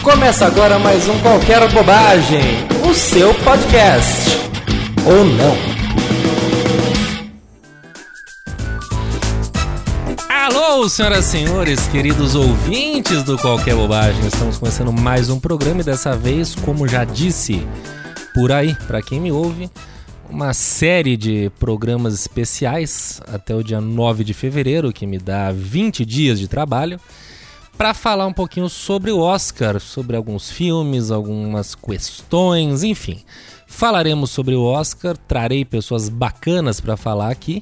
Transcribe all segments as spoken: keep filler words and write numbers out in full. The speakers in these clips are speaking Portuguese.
Começa agora mais um Qualquer Bobagem, o seu podcast. Ou não. Alô, senhoras e senhores, queridos ouvintes do Qualquer Bobagem. Estamos começando mais um programa e dessa vez, como já disse por aí, para quem me ouve, uma série de programas especiais até o dia nove de fevereiro, que me dá vinte dias de trabalho, para falar um pouquinho sobre o Oscar, sobre alguns filmes, algumas questões, enfim. Falaremos sobre o Oscar, trarei pessoas bacanas para falar aqui.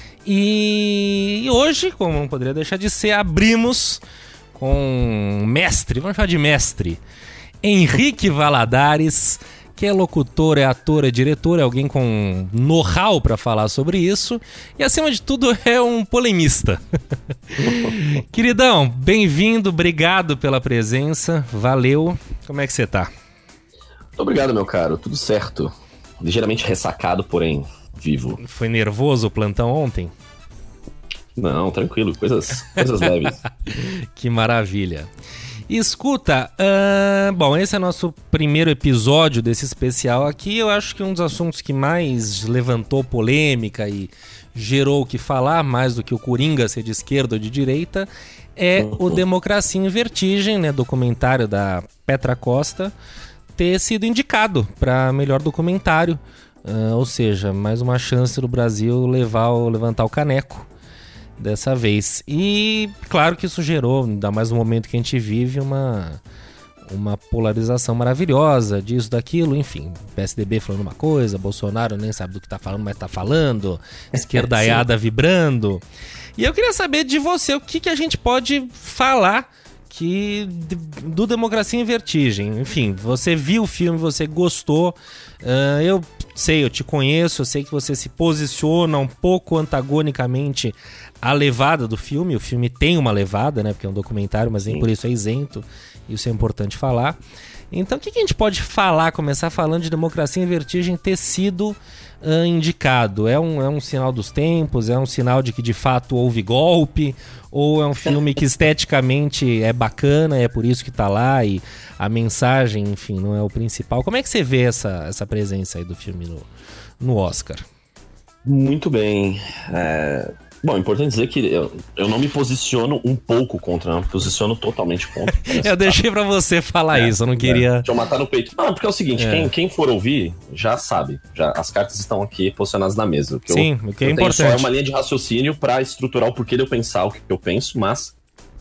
E hoje, como não poderia deixar de ser, abrimos com um mestre, vamos chamar de mestre, Henrique Valadares, que é locutor, é ator, é diretor, é alguém com know-how para falar sobre isso e, acima de tudo, é um polemista. Queridão, bem-vindo, obrigado pela presença, valeu. Como é que você tá? Muito obrigado, meu caro, tudo certo. Ligeiramente ressacado, porém vivo. Foi nervoso o plantão ontem? Não, tranquilo, coisas, coisas leves. Que maravilha. Escuta, uh, bom, esse é nosso primeiro episódio desse especial aqui. Eu acho que um dos assuntos que mais levantou polêmica e gerou o que falar, mais do que o Coringa ser de esquerda ou de direita, é o Democracia em Vertigem, né, documentário da Petra Costa, ter sido indicado para melhor documentário. Uh, ou seja, mais uma chance do Brasil levar o, levantar o caneco dessa vez. E claro que isso gerou, ainda mais no momento que a gente vive, uma, uma polarização maravilhosa disso, daquilo, enfim. P S D B falando uma coisa, Bolsonaro nem sabe do que tá falando, mas tá falando, esquerdaiada vibrando. E eu queria saber de você, o que, que a gente pode falar que, do Democracia em Vertigem. Enfim, você viu o filme, você gostou, uh, eu sei, eu te conheço, eu sei que você se posiciona um pouco antagonicamente à levada do filme. O filme tem uma levada, né, porque é um documentário, mas nem por isso é isento, isso é importante falar. Então o que, que a gente pode falar, começar falando de Democracia em Vertigem ter sido uh, indicado? É um, é um sinal dos tempos? É um sinal de que de fato houve golpe? Ou é um filme que esteticamente é bacana, é por isso que tá lá e a mensagem, enfim, não é o principal? Como é que você vê essa, essa presença aí do filme no, no Oscar? Muito bem. É... Bom, é importante dizer que eu, eu não me posiciono um pouco contra, não, me posiciono totalmente contra. Eu deixei pra você falar é, isso, eu não queria... É, deixa eu matar no peito. Não, porque é o seguinte, é. quem, quem for ouvir já sabe, já, as cartas estão aqui posicionadas na mesa. O que Sim, eu, o que é eu importante. tenho só é uma linha de raciocínio pra estruturar o porquê de eu pensar o que eu penso, mas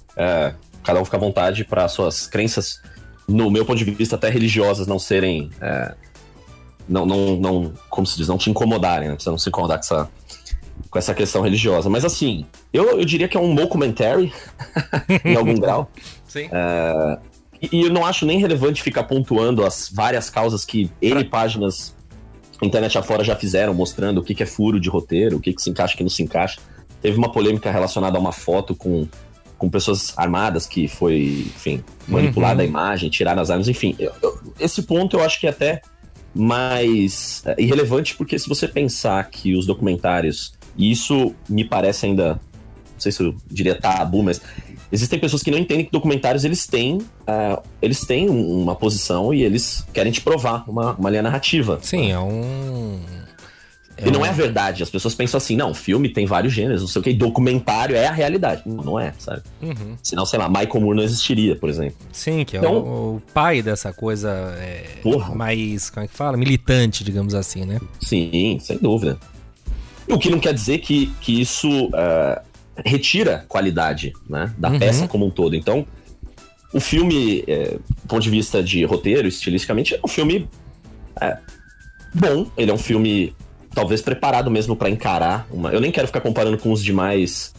é, cada um fica à vontade para suas crenças, no meu ponto de vista, até religiosas, não serem... É, não, não, não, como se diz, não te incomodarem, né? Você não se incomodar com essa... com essa questão religiosa. Mas assim, eu, eu diria que é um mockumentary, em algum grau. Sim. É, e, e eu não acho nem relevante ficar pontuando as várias causas que N páginas internet afora já fizeram, mostrando o que, que é furo de roteiro, o que, que se encaixa e o que não se encaixa. Teve uma polêmica relacionada a uma foto com, com pessoas armadas que foi, enfim, manipulada uhum. a imagem, tiraram as armas, enfim. Eu, eu, esse ponto eu acho que é até mais é, irrelevante, porque se você pensar que os documentários... E isso me parece ainda, não sei se eu diria tabu, mas existem pessoas que não entendem que documentários, eles têm, uh, eles têm uma posição e eles querem te provar uma, uma linha narrativa. Sim, é um... É e não um... é a verdade, as pessoas pensam assim, não, filme tem vários gêneros, não sei o que, documentário é a realidade. Não, não é, sabe? Uhum. Senão, sei lá, Michael Moore não existiria, por exemplo. Sim, que é então, o, o pai dessa coisa é, mais, como é que fala? Militante, digamos assim, né? Sim, sem dúvida. O que não quer dizer que, que isso uh, retira qualidade, né, da uhum. peça como um todo. Então, o filme, é, do ponto de vista de roteiro, estilisticamente, é um filme é, bom. Ele é um filme, talvez, preparado mesmo para encarar uma... Eu nem quero ficar comparando com os demais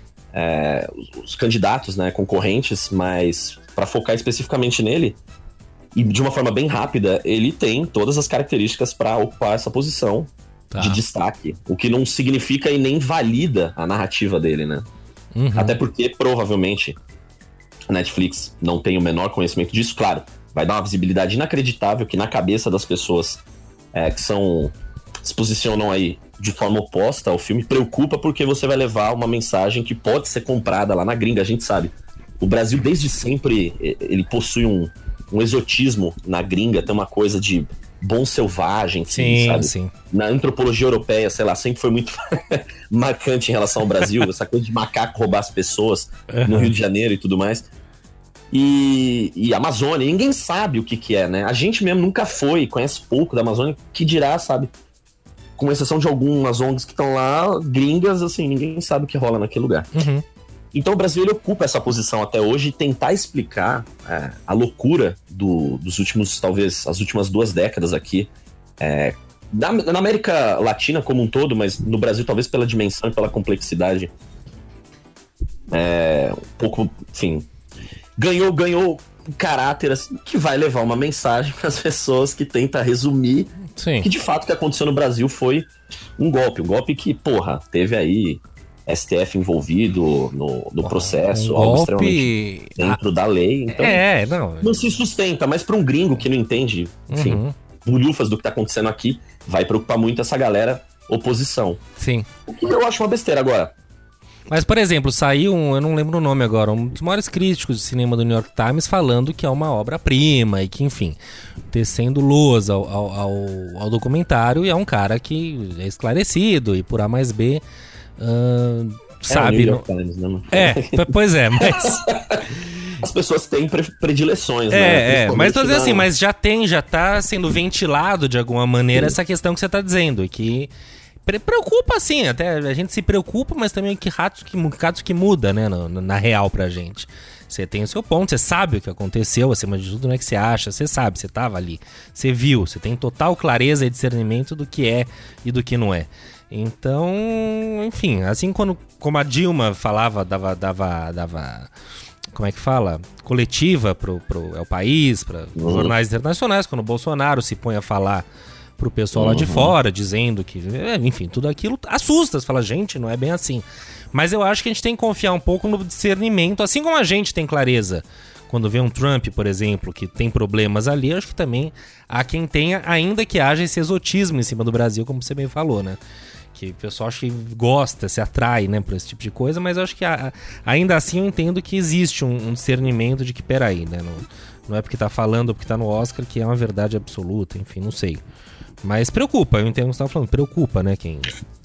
é, os candidatos, né, concorrentes, mas para focar especificamente nele, e de uma forma bem rápida, ele tem todas as características para ocupar essa posição. Tá. De destaque, o que não significa e nem valida a narrativa dele, né? Uhum. Até porque, provavelmente, a Netflix não tem o menor conhecimento disso. Claro, vai dar uma visibilidade inacreditável que na cabeça das pessoas é, que são se posicionam aí de forma oposta ao filme, preocupa porque você vai levar uma mensagem que pode ser comprada lá na gringa, a gente sabe. O Brasil, desde sempre, ele possui um, um exotismo na gringa, tem uma coisa de bom selvagem, que, sim, sabe? Sim. Na antropologia europeia, sei lá, sempre foi muito marcante em relação ao Brasil, essa coisa de macaco roubar as pessoas uhum. no Rio de Janeiro e tudo mais. E, e Amazônia, ninguém sabe o que que é, né? A gente mesmo nunca foi, conhece pouco da Amazônia, que dirá, sabe? Com exceção de algumas O N Gs que estão lá, gringas, assim, ninguém sabe o que rola naquele lugar. Uhum. Então o Brasil ele ocupa essa posição até hoje e tentar explicar é, a loucura do, dos últimos, talvez, as últimas duas décadas aqui, é, na, na América Latina como um todo, mas no Brasil talvez pela dimensão e pela complexidade, é, um pouco, enfim, ganhou, ganhou um caráter assim, que vai levar uma mensagem para as pessoas que tenta resumir Sim. que de fato o que aconteceu no Brasil foi um golpe, um golpe que, porra, teve aí S T F envolvido no, no processo, um algo golpe... extremamente dentro ah, da lei. Então, é, não... não se sustenta, mas para um gringo que não entende, enfim, uhum. bulhufas do que tá acontecendo aqui, vai preocupar muito essa galera oposição. Sim. O que eu acho uma besteira agora. Mas, por exemplo, saiu um, eu não lembro o nome agora, um dos maiores críticos de cinema do New York Times falando que é uma obra-prima e que, enfim, tecendo luz ao, ao, ao, ao documentário, e é um cara que é esclarecido e por A mais B... Uh, sabe, é, o New York Times, né? É, pois é, mas as pessoas têm predileções, é, né? É, mas tô dizendo assim, mas já tem, já tá sendo ventilado de alguma maneira Sim. essa questão que você tá dizendo, e que preocupa assim, até a gente se preocupa, mas também que ratos que, ratos que muda, né, na, na real pra gente. Você tem o seu ponto, você sabe o que aconteceu, acima de tudo não é que você acha, você sabe, você tava ali, você viu, você tem total clareza e discernimento do que é e do que não é. Então, enfim, assim quando, como a Dilma falava, dava, dava, dava como é que fala? Coletiva pro, pro é o país, para uhum. jornais internacionais, quando o Bolsonaro se põe a falar pro pessoal uhum. lá de fora, dizendo que, enfim, tudo aquilo assusta, você fala, gente, não é bem assim. Mas eu acho que a gente tem que confiar um pouco no discernimento, assim como a gente tem clareza quando vê um Trump, por exemplo, que tem problemas ali, eu acho que também há quem tenha, ainda que haja esse exotismo em cima do Brasil, como você bem falou, né? Que o pessoal acha que gosta, se atrai, né, por esse tipo de coisa, mas eu acho que a, ainda assim eu entendo que existe um, um discernimento de que, peraí, né, não, não é porque tá falando ou porque tá no Oscar que é uma verdade absoluta, enfim, não sei. Mas preocupa, eu entendo o que você tava falando, preocupa, né, quem...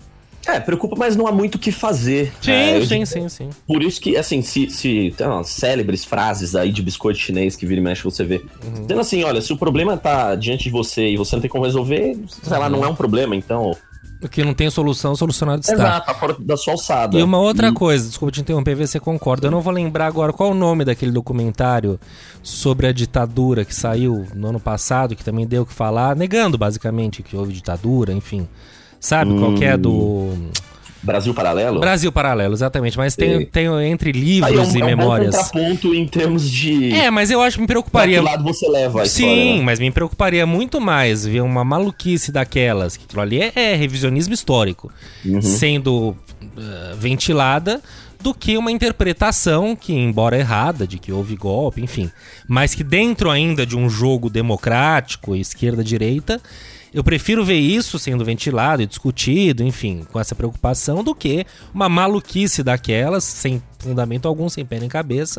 É, preocupa, mas não há muito o que fazer. Sim, é, sim, digo, sim, sim. Por isso que, assim, se, se tem umas célebres frases aí de biscoito chinês que vira e mexe você vê. Uhum. Dizendo assim, olha, se o problema tá diante de você e você não tem como resolver, sei uhum. lá, não é um problema, então... O que não tem solução, solucionado está. Exato, tá fora da sua alçada. E uma outra e... coisa, desculpa te interromper, ver se você concorda. Eu não vou lembrar agora qual o nome daquele documentário sobre a ditadura que saiu no ano passado, que também deu o que falar, negando basicamente que houve ditadura, enfim. Sabe hum... qual que é do... Brasil Paralelo? Brasil Paralelo, exatamente. Mas tem, tem entre livros Aí é um, e é um memórias. É um contraponto em termos de... É, mas eu acho que me preocuparia... Pra que lado você leva a Sim, história, né? mas me preocuparia muito mais ver uma maluquice daquelas, que aquilo ali é, é revisionismo histórico, uhum. sendo uh, ventilada, do que uma interpretação que, embora errada, de que houve golpe, enfim, mas que dentro ainda de um jogo democrático, esquerda-direita, eu prefiro ver isso sendo ventilado e discutido, enfim, com essa preocupação, do que uma maluquice daquelas, sem fundamento algum, sem pé nem cabeça.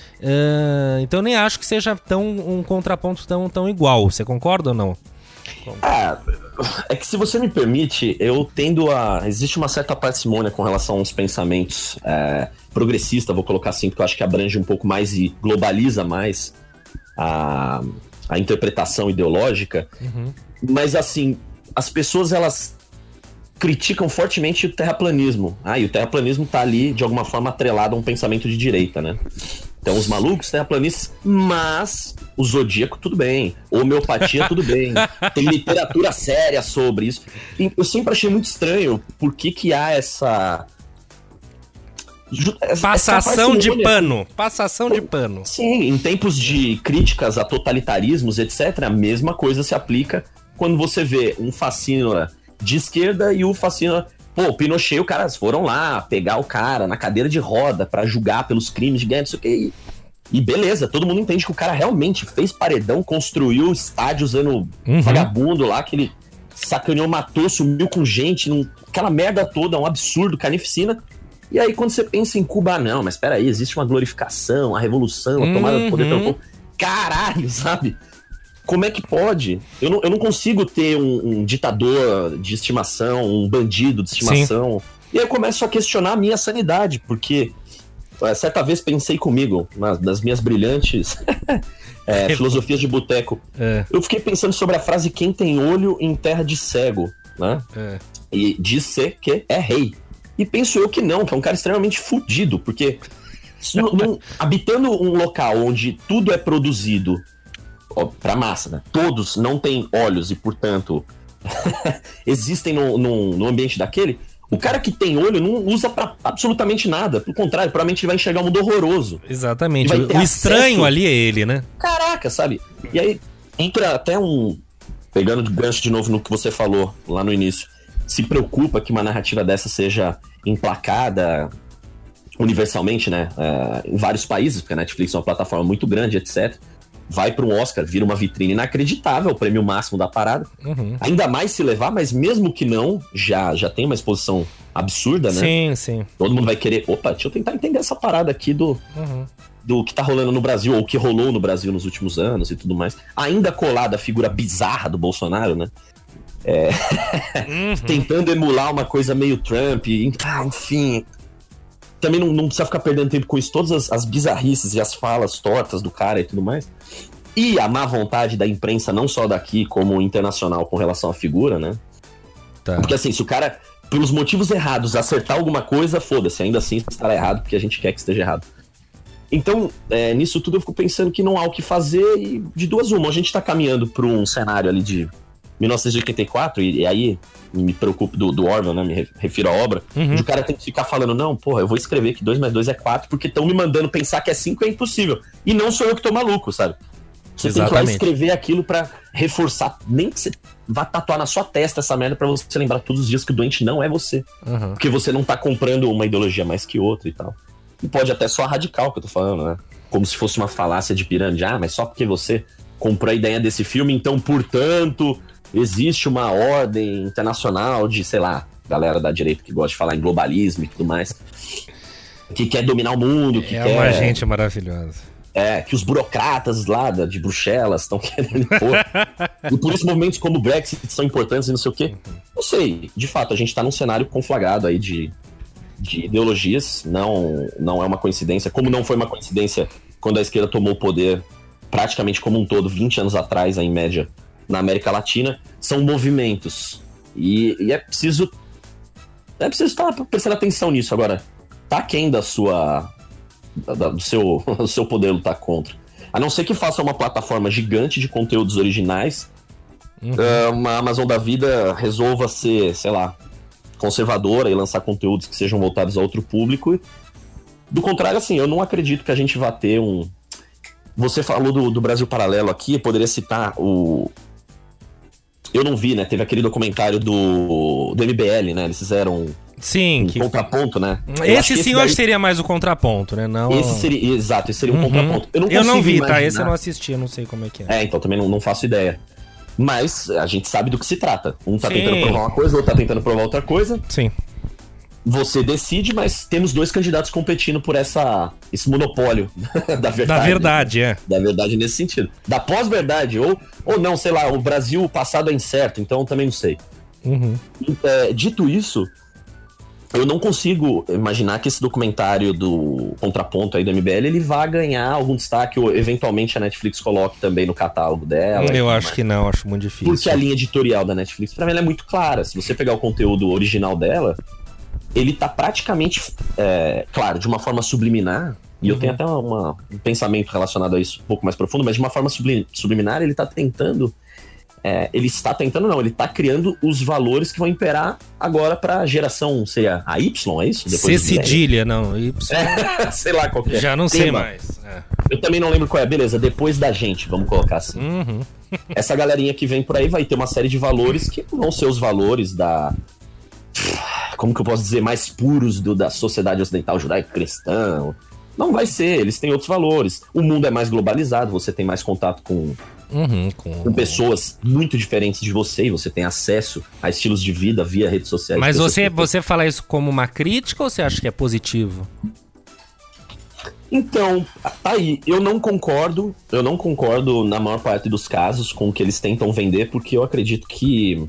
Uh, então eu nem acho que seja tão, um contraponto tão, tão igual. Você concorda ou não? Ah, é que se você me permite, eu tendo a... Existe uma certa parcimônia com relação aos pensamentos é, progressistas, vou colocar assim, porque eu acho que abrange um pouco mais e globaliza mais a, a interpretação ideológica. Uhum. Mas assim, as pessoas elas criticam fortemente o terraplanismo. Ah, e o terraplanismo tá ali de alguma forma atrelado a um pensamento de direita, né? Então os malucos terraplanistas, mas o zodíaco tudo bem, homeopatia tudo bem, tem literatura séria sobre isso. E eu sempre achei muito estranho por que que há essa... essa passação essa de pano, passação de pano. Sim, em tempos de críticas a totalitarismos, etcétera, a mesma coisa se aplica quando você vê um fascínora de esquerda e o fascínora... Pô, o Pinochet, os caras foram lá pegar o cara na cadeira de roda pra julgar pelos crimes de guerra, não sei o que. E beleza, todo mundo entende que o cara realmente fez paredão, construiu estádio usando uhum. vagabundo lá, que ele sacaneou, matou, sumiu com gente, num, aquela merda toda, um absurdo, carnificina. E aí quando você pensa em Cuba, não, mas peraí, existe uma glorificação, a revolução, a tomada do poder pelo povo. caralho, sabe? Como é que pode? Eu não, eu não consigo ter um, um ditador de estimação, um bandido de estimação. Sim. E aí eu começo a questionar a minha sanidade, porque certa vez pensei comigo, nas, nas minhas brilhantes é, filosofias de boteco, é. eu fiquei pensando sobre a frase quem tem olho em terra de cego, né? É. E diz ser que é rei. E penso eu que não, que é um cara extremamente fudido, porque não, não, habitando um local onde tudo é produzido ó, pra massa, né? Todos não têm olhos e, portanto, existem no, no, no ambiente daquele, o cara que tem olho não usa pra absolutamente nada. Pelo contrário, provavelmente ele vai enxergar um mundo horroroso. Exatamente. O estranho acesso... ali é ele, né? Caraca, sabe? E aí entra até um... Pegando de gancho de novo no que você falou lá no início. Se preocupa que uma narrativa dessa seja emplacada universalmente, né? É, em vários países, porque a Netflix é uma plataforma muito grande, etcétera. Vai para um Oscar, vira uma vitrine inacreditável, o prêmio máximo da parada. Uhum. Ainda mais se levar, mas mesmo que não, já, já tem uma exposição absurda, né? Sim, sim. Todo mundo vai querer... Opa, deixa eu tentar entender essa parada aqui do... Uhum. do que tá rolando no Brasil, ou o que rolou no Brasil nos últimos anos e tudo mais. Ainda colada a figura bizarra do Bolsonaro, né? É... Uhum. Tentando emular uma coisa meio Trump, ah, enfim... Também não, não precisa ficar perdendo tempo com isso, todas as, as bizarrices e as falas tortas do cara e tudo mais. E a má vontade da imprensa, não só daqui, como internacional, com relação à figura, né? Tá. Porque assim, se o cara, pelos motivos errados, acertar alguma coisa, foda-se, ainda assim estará errado, porque a gente quer que esteja errado. Então, é, nisso tudo eu fico pensando que não há o que fazer, e de duas uma, a gente tá caminhando para um cenário ali de mil novecentos e oitenta e quatro, e, e aí me preocupo do, do Orwell, né, me refiro à obra, uhum. onde o cara tem que ficar falando, não, porra, eu vou escrever que dois mais dois é quatro, porque estão me mandando pensar que é cinco, é impossível. E não sou eu que tô maluco, sabe? Você Exatamente. Tem que ir lá escrever aquilo pra reforçar, nem que você vá tatuar na sua testa essa merda pra você lembrar todos os dias que o doente não é você. Uhum. Porque você não tá comprando uma ideologia mais que outra e tal. E pode até soar radical que eu tô falando, né? Como se fosse uma falácia de pirâmide. Ah, mas só porque você comprou a ideia desse filme, então, portanto, existe uma ordem internacional de, sei lá, galera da direita que gosta de falar em globalismo e tudo mais, que quer dominar o mundo, que é quer... É uma gente maravilhosa. É, que os burocratas lá da, de Bruxelas estão querendo impor. E por isso movimentos como o Brexit são importantes e não sei o quê. Não sei, de fato, a gente tá num cenário conflagrado aí de, de ideologias, não, não é uma coincidência, como não foi uma coincidência quando a esquerda tomou o poder praticamente como um todo, vinte anos atrás, em média, na América Latina, são movimentos. E, e é preciso é preciso estar prestando atenção nisso. Agora, tá quem da sua... Da, do seu, do seu poder lutar contra. A não ser que faça uma plataforma gigante de conteúdos originais, uhum. uh, uma Amazon da vida resolva ser, sei lá, conservadora e lançar conteúdos que sejam voltados a outro público. Do contrário, assim, eu não acredito que a gente vá ter um... Você falou do, do Brasil Paralelo aqui, eu poderia citar o... Eu não vi, né? Teve aquele documentário do, do M B L, né? Eles fizeram... Sim, um que... contraponto, né? Esse sim eu acho que seria mais o contraponto, né? Não... Esse seria, exato, esse seria um uhum. contraponto. Eu não, eu não vi, imaginar... tá? Esse eu não assisti, eu não sei como é que é. É, então também não, não faço ideia. Mas a gente sabe do que se trata. Um tá sim. tentando provar uma coisa, o outro tá tentando provar outra coisa. Sim. Você decide, mas temos dois candidatos competindo por essa, esse monopólio da verdade. Da verdade, é. Da verdade nesse sentido. Da pós-verdade, ou, ou não, sei lá, o Brasil passado é incerto, então também não sei. Uhum. É, dito isso, eu não consigo imaginar que esse documentário do contraponto aí do M B L, ele vá ganhar algum destaque, ou eventualmente a Netflix coloque também no catálogo dela. Eu acho mais. que não, acho muito difícil. Porque a linha editorial da Netflix, pra mim, ela é muito clara. Se você pegar o conteúdo original dela, ele tá praticamente, é, claro, de uma forma subliminar, e uhum. eu tenho até uma, um pensamento relacionado a isso um pouco mais profundo, mas de uma forma sublim, subliminar, ele tá tentando... É, ele está tentando, não, ele está criando os valores que vão imperar agora para a geração, sei lá, a Y, é isso? C cedilha, não, Y. É, sei lá qual que é. Já não sei mais. É. Eu também não lembro qual é. Beleza, depois da gente, vamos colocar assim. Uhum. Essa galerinha que vem por aí vai ter uma série de valores que vão ser os valores da... Como que eu posso dizer? Mais puros do, da sociedade ocidental judaico-cristã. Não vai ser, eles têm outros valores. O mundo é mais globalizado, você tem mais contato com... Uhum, com... com pessoas muito diferentes de você, e você tem acesso a estilos de vida via redes sociais. Mas você, você fala isso como uma crítica ou você acha que é positivo? Então, tá aí. Eu não concordo, eu não concordo na maior parte dos casos com o que eles tentam vender, porque eu acredito que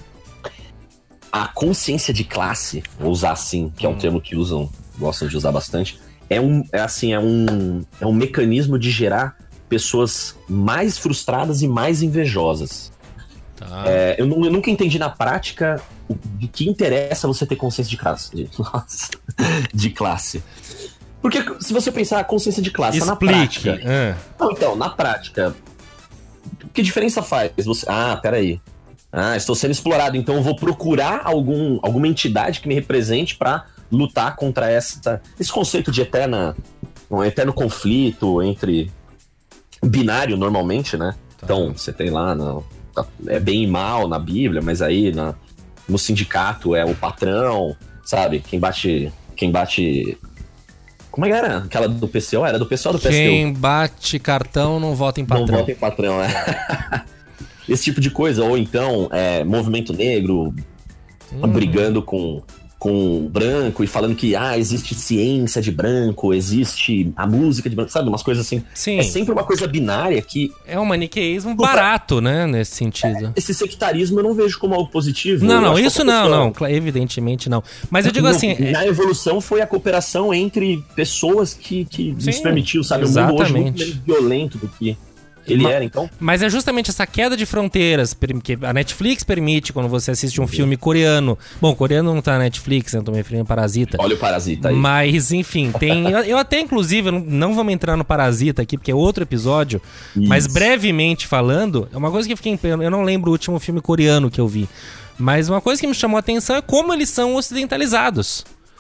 a consciência de classe, vou usar assim, que é um hum. termo que usam, gostam de usar bastante, é um, é assim, é um, é um mecanismo de gerar pessoas mais frustradas e mais invejosas. Tá. É, eu, não, eu nunca entendi na prática de que interessa você ter consciência de classe. De, nossa, de classe. Porque se você pensar a consciência de classe, Explique. Na prática... É. Não, então, na prática, que diferença faz? Você, ah, peraí. Ah, estou sendo explorado, então eu vou procurar algum, alguma entidade que me represente para lutar contra essa, esse conceito de eterna, um eterno conflito entre binário, normalmente, né? Tá. Então, você tem lá, no, é bem e mal na Bíblia, mas aí na, no sindicato é o patrão, sabe? Quem bate... Quem bate Como é que era? Aquela do P C O? Era do P C O ou do P S T U? Quem bate cartão não vota em patrão. Não vota em patrão, é. Esse tipo de coisa. Ou então, é, movimento negro hum. brigando com, com branco e falando que ah, existe ciência de branco, existe a música de branco, sabe? Umas coisas assim. Sim. É sempre uma coisa binária que... É um maniqueísmo barato, né? Nesse sentido. É, esse sectarismo eu não vejo como algo positivo. Não, não, isso não, não. Evidentemente não. Mas eu digo assim... Na é... evolução foi a cooperação entre pessoas que, que Sim, nos permitiu, sabe? Exatamente. O mundo hoje é muito menos violento do que... ele Ma- era, então. Mas é justamente essa queda de fronteiras que a Netflix permite quando você assiste um filme coreano. Bom, coreano não tá na Netflix, né? Tô me referindo a Parasita. Olha o Parasita aí. Mas, enfim, tem... eu, eu até, inclusive, não, não vamos entrar no Parasita aqui, porque é outro episódio. Isso. Mas, brevemente falando, é uma coisa que eu fiquei... Eu não lembro o último filme coreano que eu vi. Mas uma coisa que me chamou a atenção é como eles são ocidentalizados.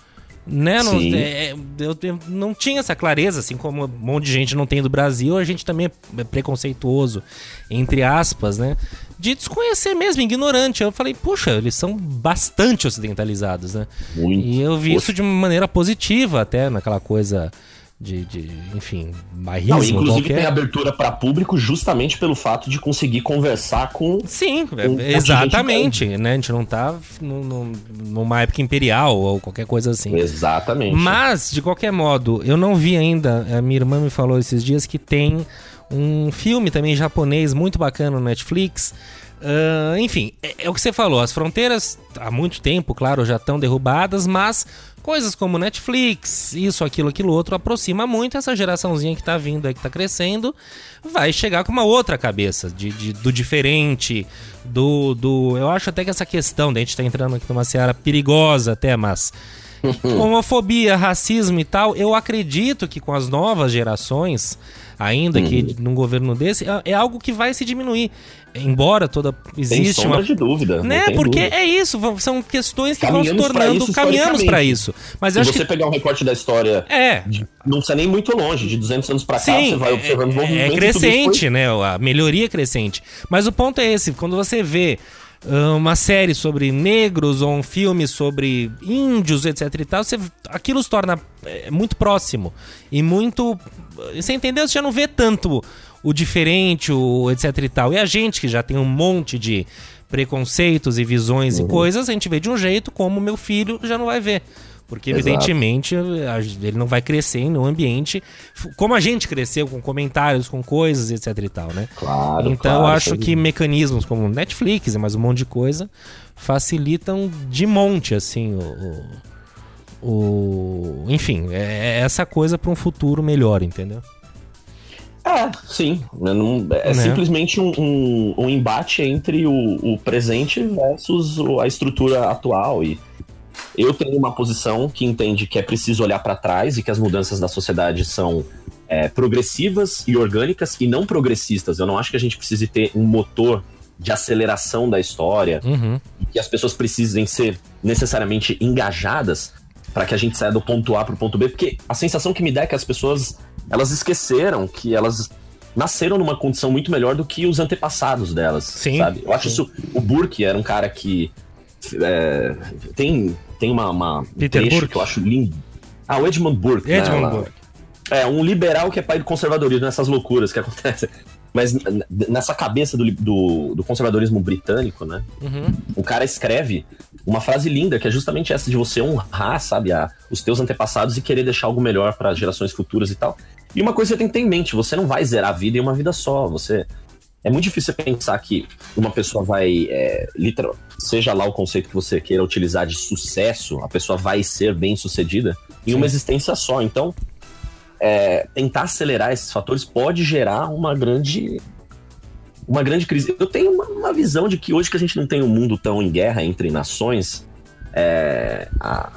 Né? Não, é, eu, eu não tinha essa clareza, assim como um monte de gente não tem do Brasil, a gente também é preconceituoso, entre aspas, né? De desconhecer mesmo, ignorante. Eu falei, puxa, eles são bastante ocidentalizados, né? Muito. E eu vi Poxa. isso de uma maneira positiva até, naquela coisa... De, de, enfim, bairrismo. Não, inclusive qualquer. Tem abertura para público justamente pelo fato de conseguir conversar com... Sim, com exatamente, né? A gente não tá no, no, numa época imperial ou qualquer coisa assim. Exatamente. Mas, de qualquer modo, eu não vi ainda, a minha irmã me falou esses dias que tem um filme também japonês muito bacana no Netflix. Uh, enfim, é, é o que você falou, as fronteiras há muito tempo, claro, já estão derrubadas, mas coisas como Netflix, isso, aquilo, aquilo outro, aproxima muito essa geraçãozinha que tá vindo aí, que tá crescendo, vai chegar com uma outra cabeça, de, de, do diferente, do, do... Eu acho até que essa questão, a gente tá entrando aqui numa seara perigosa até, mas... homofobia, racismo e tal, eu acredito que com as novas gerações, ainda uhum. que num governo desse, é algo que vai se diminuir. Embora toda existe Sem sombra uma... de dúvida. Né? Porque dúvida. é isso, são questões que caminhamos vão se tornando... Isso, caminhamos para isso. Mas se eu acho você que... pegar um recorte da história, é. de, não precisa nem muito longe, de duzentos anos para cá, Sim, você vai observando é, movimento. É crescente, foi... né? A melhoria é crescente. Mas o ponto é esse, quando você vê uma série sobre negros ou um filme sobre índios, etc e tal, você, aquilo se torna é, muito próximo e muito... Você entendeu? Você já não vê tanto o diferente, o etc e tal. E a gente que já tem um monte de preconceitos e visões uhum. e coisas, a gente vê de um jeito como o meu filho já não vai ver. Porque, Exato. evidentemente, ele não vai crescer em um ambiente como a gente cresceu, com comentários, com coisas, etc e tal, né? Claro, então, claro, eu acho que mecanismos como Netflix e mais um monte de coisa facilitam de monte, assim, o... o, o enfim, é essa coisa para um futuro melhor, entendeu? É, sim. Não, é né? simplesmente um, um, um embate entre o, o presente versus a estrutura atual. E eu tenho uma posição que entende que é preciso olhar para trás e que as mudanças da sociedade são é, progressivas e orgânicas e não progressistas. Eu não acho que a gente precise ter um motor de aceleração da história uhum. e que as pessoas precisem ser necessariamente engajadas para que a gente saia do ponto A para o ponto B, porque a sensação que me dá é que as pessoas elas esqueceram que elas nasceram numa condição muito melhor do que os antepassados delas, sim, sabe? Eu acho sim. isso... O Burke era um cara que... É, tem, tem uma, uma Peter trecho Burke. que eu acho lindo. Ah, o Edmund Burke. Edmund né? Burke. É, um liberal que é pai do conservadorismo, nessas loucuras que acontecem. Mas nessa cabeça do, do, do conservadorismo britânico, né? Uhum. O cara escreve uma frase linda, que é justamente essa de você honrar, sabe, a, os teus antepassados e querer deixar algo melhor para gerações futuras e tal. E uma coisa que você tem que ter em mente, você não vai zerar a vida em uma vida só, você... É muito difícil você pensar que uma pessoa vai, é, literal, seja lá o conceito que você queira utilizar de sucesso, a pessoa vai ser bem-sucedida em uma existência só. Então, é, tentar acelerar esses fatores pode gerar uma grande, uma grande crise. Eu tenho uma, uma visão de que hoje que a gente não tem um mundo tão em guerra entre nações, é, a,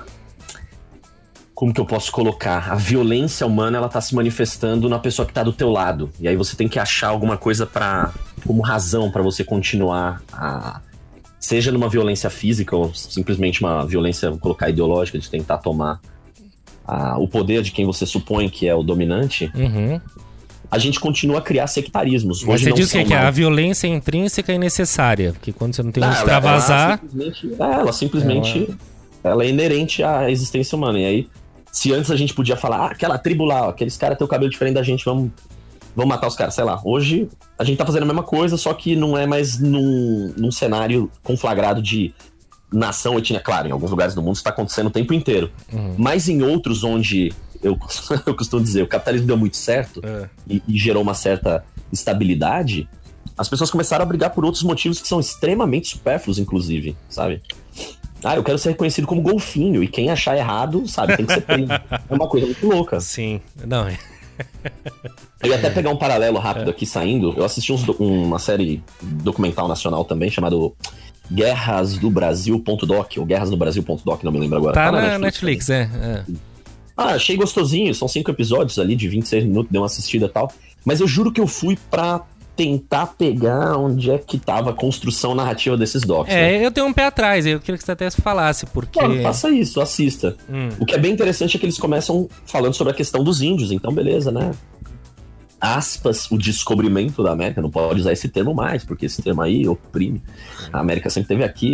como que eu posso colocar? A violência humana, ela tá se manifestando na pessoa que tá do teu lado. E aí você tem que achar alguma coisa para como razão para você continuar a... Seja numa violência física ou simplesmente uma violência, vou colocar, ideológica, de tentar tomar a, o poder de quem você supõe que é o dominante. Uhum. A gente continua a criar sectarismos. Mas hoje você não diz que, são que mais... a violência é intrínseca e necessária. Porque quando você não tem Não, um ela- extravasar... Ela simplesmente, é, ela simplesmente ela é inerente à existência humana. E aí, se antes a gente podia falar, ah, aquela tribo lá, ó, aqueles caras têm o cabelo diferente da gente, vamos, vamos matar os caras, sei lá. Hoje a gente tá fazendo a mesma coisa, só que não é mais num, num cenário conflagrado de nação, etnia. Claro, em alguns lugares do mundo isso tá acontecendo o tempo inteiro. Uhum. Mas em outros onde, eu, eu costumo dizer, o capitalismo deu muito certo É. e, e gerou uma certa estabilidade, as pessoas começaram a brigar por outros motivos que são extremamente supérfluos, inclusive, sabe? Ah, eu quero ser reconhecido como golfinho, e quem achar errado, sabe, tem que ser preso. É uma coisa muito louca. Sim, não, é... Eu ia até pegar um paralelo rápido aqui saindo. Eu assisti uns do- uma série documental nacional também, chamado Guerras do Brasil.doc, ou Guerras no Brasil.doc, não me lembro agora. Tá na Netflix, é. é. Ah, achei gostosinho, são cinco episódios ali de vinte e seis minutos, dei uma assistida e tal. Mas eu juro que eu fui pra tentar pegar onde é que tava a construção narrativa desses docs. né? É, eu tenho um pé atrás, eu queria que você até falasse, porque... Mano, faça isso, assista. Hum. O que é bem interessante é que eles começam falando sobre a questão dos índios, então beleza, né? Aspas, o descobrimento da América, não pode usar esse termo mais, porque esse termo aí oprime. A América sempre esteve aqui.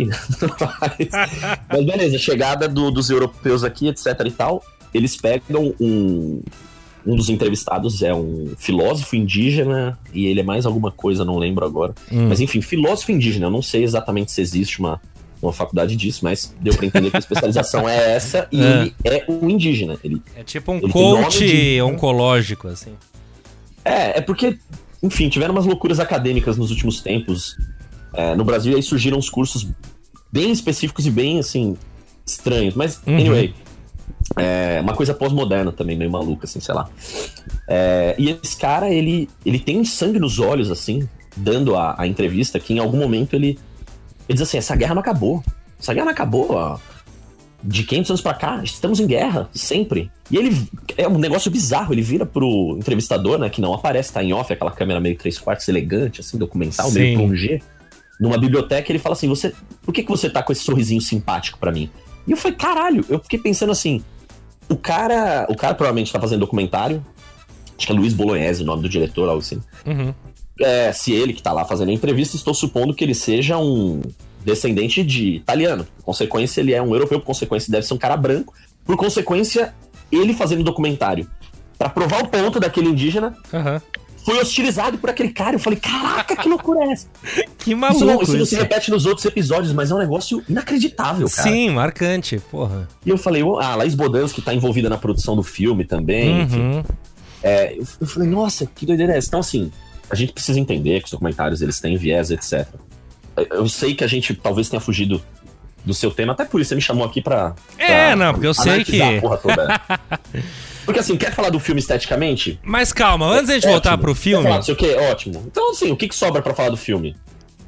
Mas, mas beleza, chegada do- dos europeus aqui, etc e tal, eles pegam um... Um dos entrevistados é um filósofo indígena, e ele é mais alguma coisa, não lembro agora. Hum. Mas enfim, filósofo indígena, eu não sei exatamente se existe uma, uma faculdade disso, mas deu pra entender que a especialização é essa, e É. ele é um indígena. Ele, É tipo um Ele tem coach nome de- oncológico, assim. é, é porque, enfim, tiveram umas loucuras acadêmicas nos últimos tempos é, no Brasil, e aí surgiram uns cursos bem específicos e bem, assim, estranhos. Mas, Uhum. anyway, é uma coisa pós-moderna também, meio maluca, assim, sei lá. É, e esse cara, ele, ele tem um sangue nos olhos, assim, dando a, a entrevista, que em algum momento ele, ele diz assim, essa guerra não acabou. Essa guerra não acabou, ó. De quinhentos anos pra cá, estamos em guerra, sempre. E ele, é um negócio bizarro, ele vira pro entrevistador, né, que não aparece, tá em off, aquela câmera meio três quartos elegante, assim, documental, Sim. meio plongé, numa biblioteca, ele fala assim, você, por que que você tá com esse sorrisinho simpático pra mim? E eu falei, caralho, eu fiquei pensando assim, o cara, o cara provavelmente tá fazendo documentário, acho que é Luiz Bolognese o nome do diretor, algo assim. Uhum. É, se ele que tá lá fazendo a entrevista, estou supondo que ele seja um descendente de italiano. Por consequência, ele é um europeu, por consequência, deve ser um cara branco. Por consequência, ele fazendo documentário pra provar o ponto daquele indígena, Aham. foi hostilizado por aquele cara. Eu falei, caraca, que loucura é essa? Que Isso, não, maluco isso não isso. se repete nos outros episódios, mas é um negócio inacreditável, cara. Sim, marcante, porra. E eu falei, oh, ah, Laís Bodansky tá envolvida na produção do filme também, enfim. Uhum. É, eu, eu falei, nossa, que doideira é essa? Então, assim, a gente precisa entender que os documentários, eles têm viés, etcétera. Eu- Eu sei que a gente talvez tenha fugido do seu tema, até por isso você me chamou aqui pra... É, pra não, porque eu sei anarquizar que- a porra toda. Porque, assim, quer falar do filme esteticamente? Mas calma, antes da gente Ótimo. voltar pro Quer filme... falar não sei o quê? Ótimo. Então, assim, o que, que sobra pra falar do filme?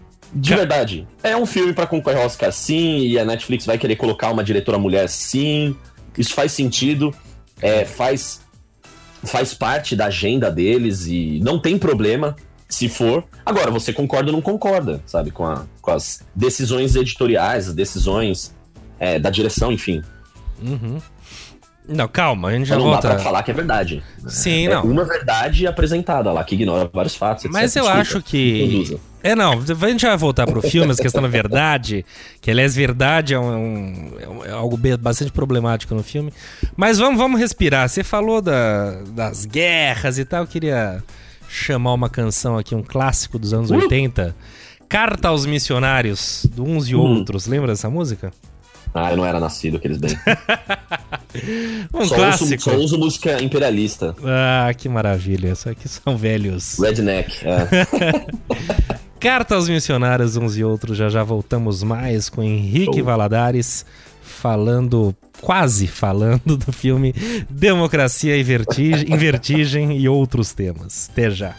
De Ca- verdade, é um filme pra concorrer ao Oscar, sim, e a Netflix vai querer colocar uma diretora mulher, sim. Isso faz sentido, é, faz, faz parte da agenda deles e não tem problema se for. Agora, você concorda ou não concorda, sabe, com, a- com as decisões editoriais, as decisões é, da direção, enfim. Uhum. Não, calma, a gente já Então não dá volta... pra falar que é verdade. Sim, É não. uma verdade apresentada lá, que ignora vários fatos, etcétera. Mas eu Desculpa, acho que... conduza. É, não, a gente vai voltar pro filme, essa questão da verdade, que aliás, verdade é, um, é um- é algo be- bastante problemático no filme. Mas vamos, vamos respirar. Você falou da- das guerras e tal, eu queria chamar uma canção aqui, um clássico dos anos Uh! oitenta. Carta aos Missionários, do Uns e Hum. Outros. Lembra dessa música? Ah, eu não era nascido, aqueles bem. um só clássico. Uso, só uso música imperialista. Ah, que maravilha. Isso aqui são velhos. Redneck, é. Carta aos Missionários, uns e outros. Já já voltamos mais com Henrique Show. Valadares falando, quase falando do filme Democracia em Vertigem, em Vertigem e outros temas. Até já.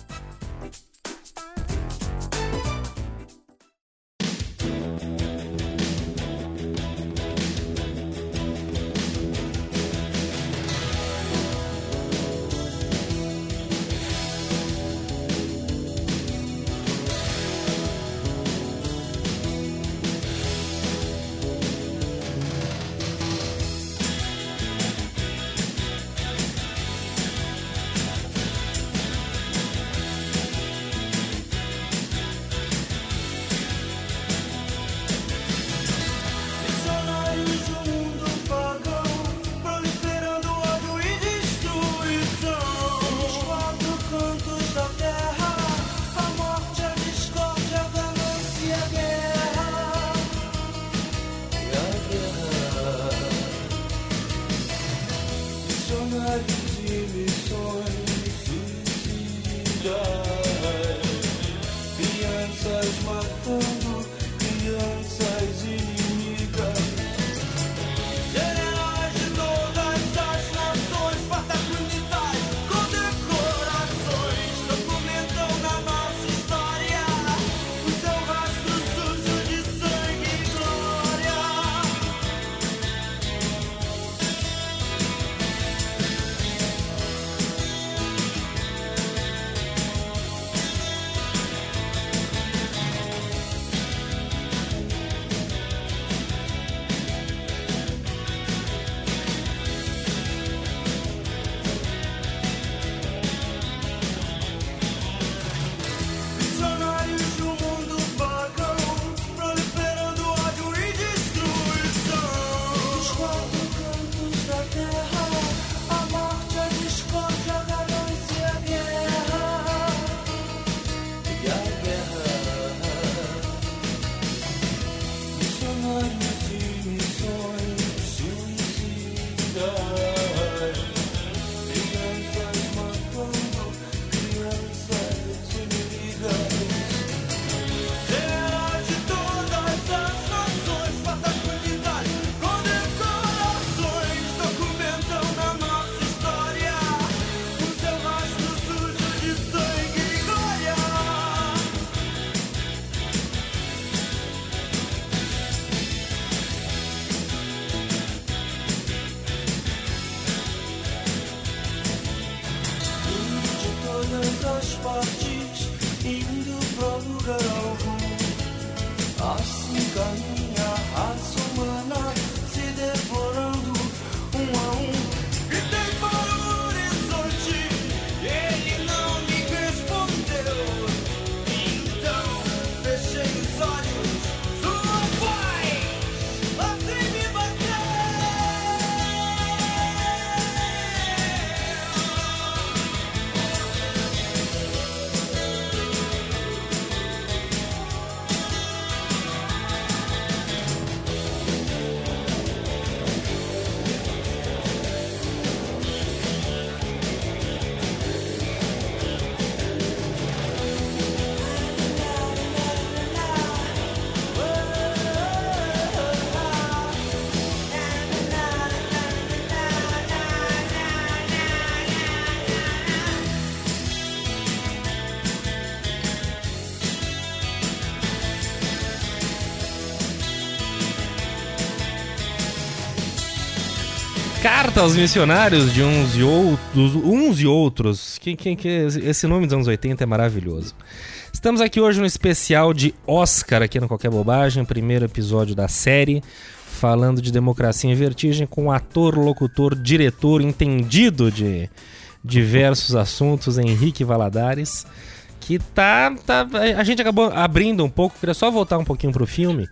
Carta aos Missionários de uns e outros, uns e outros. Quem, quem, que esse nome dos anos oitenta é maravilhoso. Estamos aqui hoje no especial de Oscar aqui no Qualquer Bobagem, primeiro episódio da série, falando de Democracia em Vertigem com o ator, locutor, diretor entendido de diversos assuntos, Henrique Valadares, que tá, tá a gente acabou abrindo um pouco, queria só voltar um pouquinho pro filme.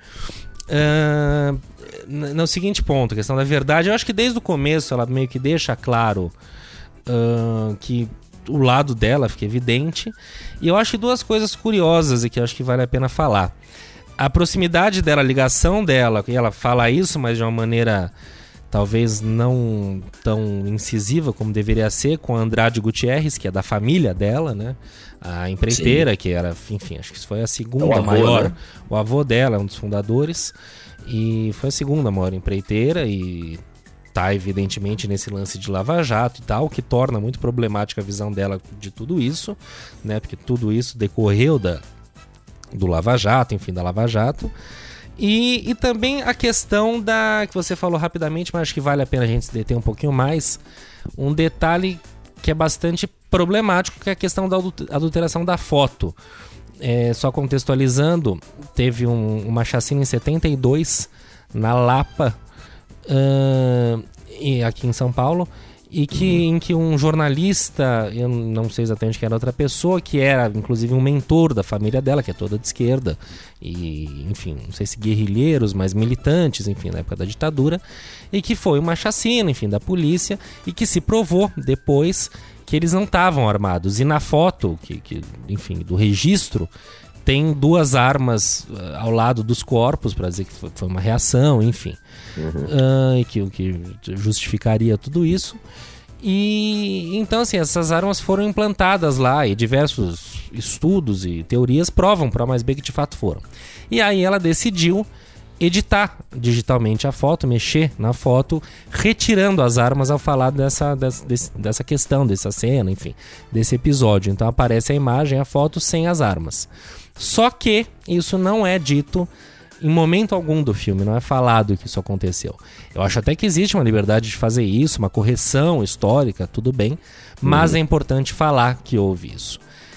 Uh, no seguinte ponto, a questão da verdade, eu acho que desde o começo ela meio que deixa claro uh, que o lado dela fica evidente, e eu acho que duas coisas curiosas e que eu acho que vale a pena falar. a proximidade dela, a ligação dela, e ela fala isso, mas de uma maneira talvez não tão incisiva como deveria ser, com a Andrade Gutierrez, que é da família dela, né? A empreiteira, Sim. que era, enfim, acho que isso foi a segunda avô, maior. Né? O avô dela é um dos fundadores, e foi a segunda maior empreiteira, e tá evidentemente nesse lance de Lava Jato e tal, que torna muito problemática a visão dela de tudo isso, né? Porque tudo isso decorreu da, do Lava Jato, enfim, da Lava Jato. E, e também a questão da, que você falou rapidamente, mas acho que vale a pena a gente se deter um pouquinho mais, um detalhe que é bastante problemático, que é a questão da adulteração da foto. É, só contextualizando, teve um, uma chacina em setenta e dois na Lapa, uh, e aqui em São Paulo, e que, uhum. em que um jornalista, eu não sei exatamente quem era outra pessoa, que era inclusive um mentor da família dela, que é toda de esquerda, e enfim, não sei se guerrilheiros, mas militantes, enfim, na época da ditadura, e que foi uma chacina, enfim, da polícia, e que se provou depois que eles não estavam armados. E na foto, que, que, enfim, do registro, tem duas armas uh, ao lado dos corpos, para dizer que foi, foi uma reação, enfim. Uhum. Uh, e que, que justificaria tudo isso. E então, assim, essas armas foram implantadas lá, e diversos estudos e teorias provam para mais B que de fato foram. E aí ela decidiu editar digitalmente a foto, mexer na foto, retirando as armas ao falar dessa, dessa, dessa questão, dessa cena, enfim, desse episódio. Então aparece a imagem, a foto sem as armas. Só que isso não é dito em momento algum do filme, não é falado que isso aconteceu. Eu acho até que existe uma liberdade de fazer isso, uma correção histórica, tudo bem, mas uhum. é importante falar que houve isso.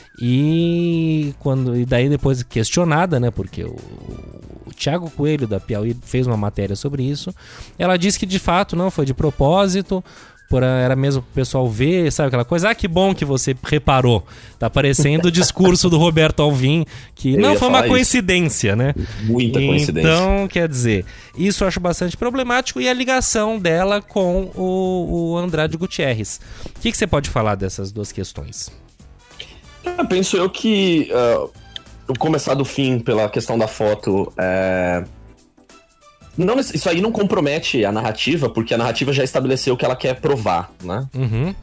E, quando, e daí depois questionada, né, porque o, o Thiago Coelho da Piauí fez uma matéria sobre isso, ela disse que de fato não foi de propósito, por, era mesmo pro pessoal ver, sabe aquela coisa, ah, que bom que você reparou, tá parecendo o discurso do Roberto Alvim, que eu não foi uma coincidência, isso. né? Muita coincidência. Então, quer dizer, isso eu acho bastante problemático, e a ligação dela com o, o Andrade Gutierrez. O que, que você pode falar dessas duas questões? Eu penso eu que uh, eu começar do fim pela questão da foto, é... não, isso aí não compromete a narrativa, porque a narrativa já estabeleceu o que ela quer provar, né? Uhum.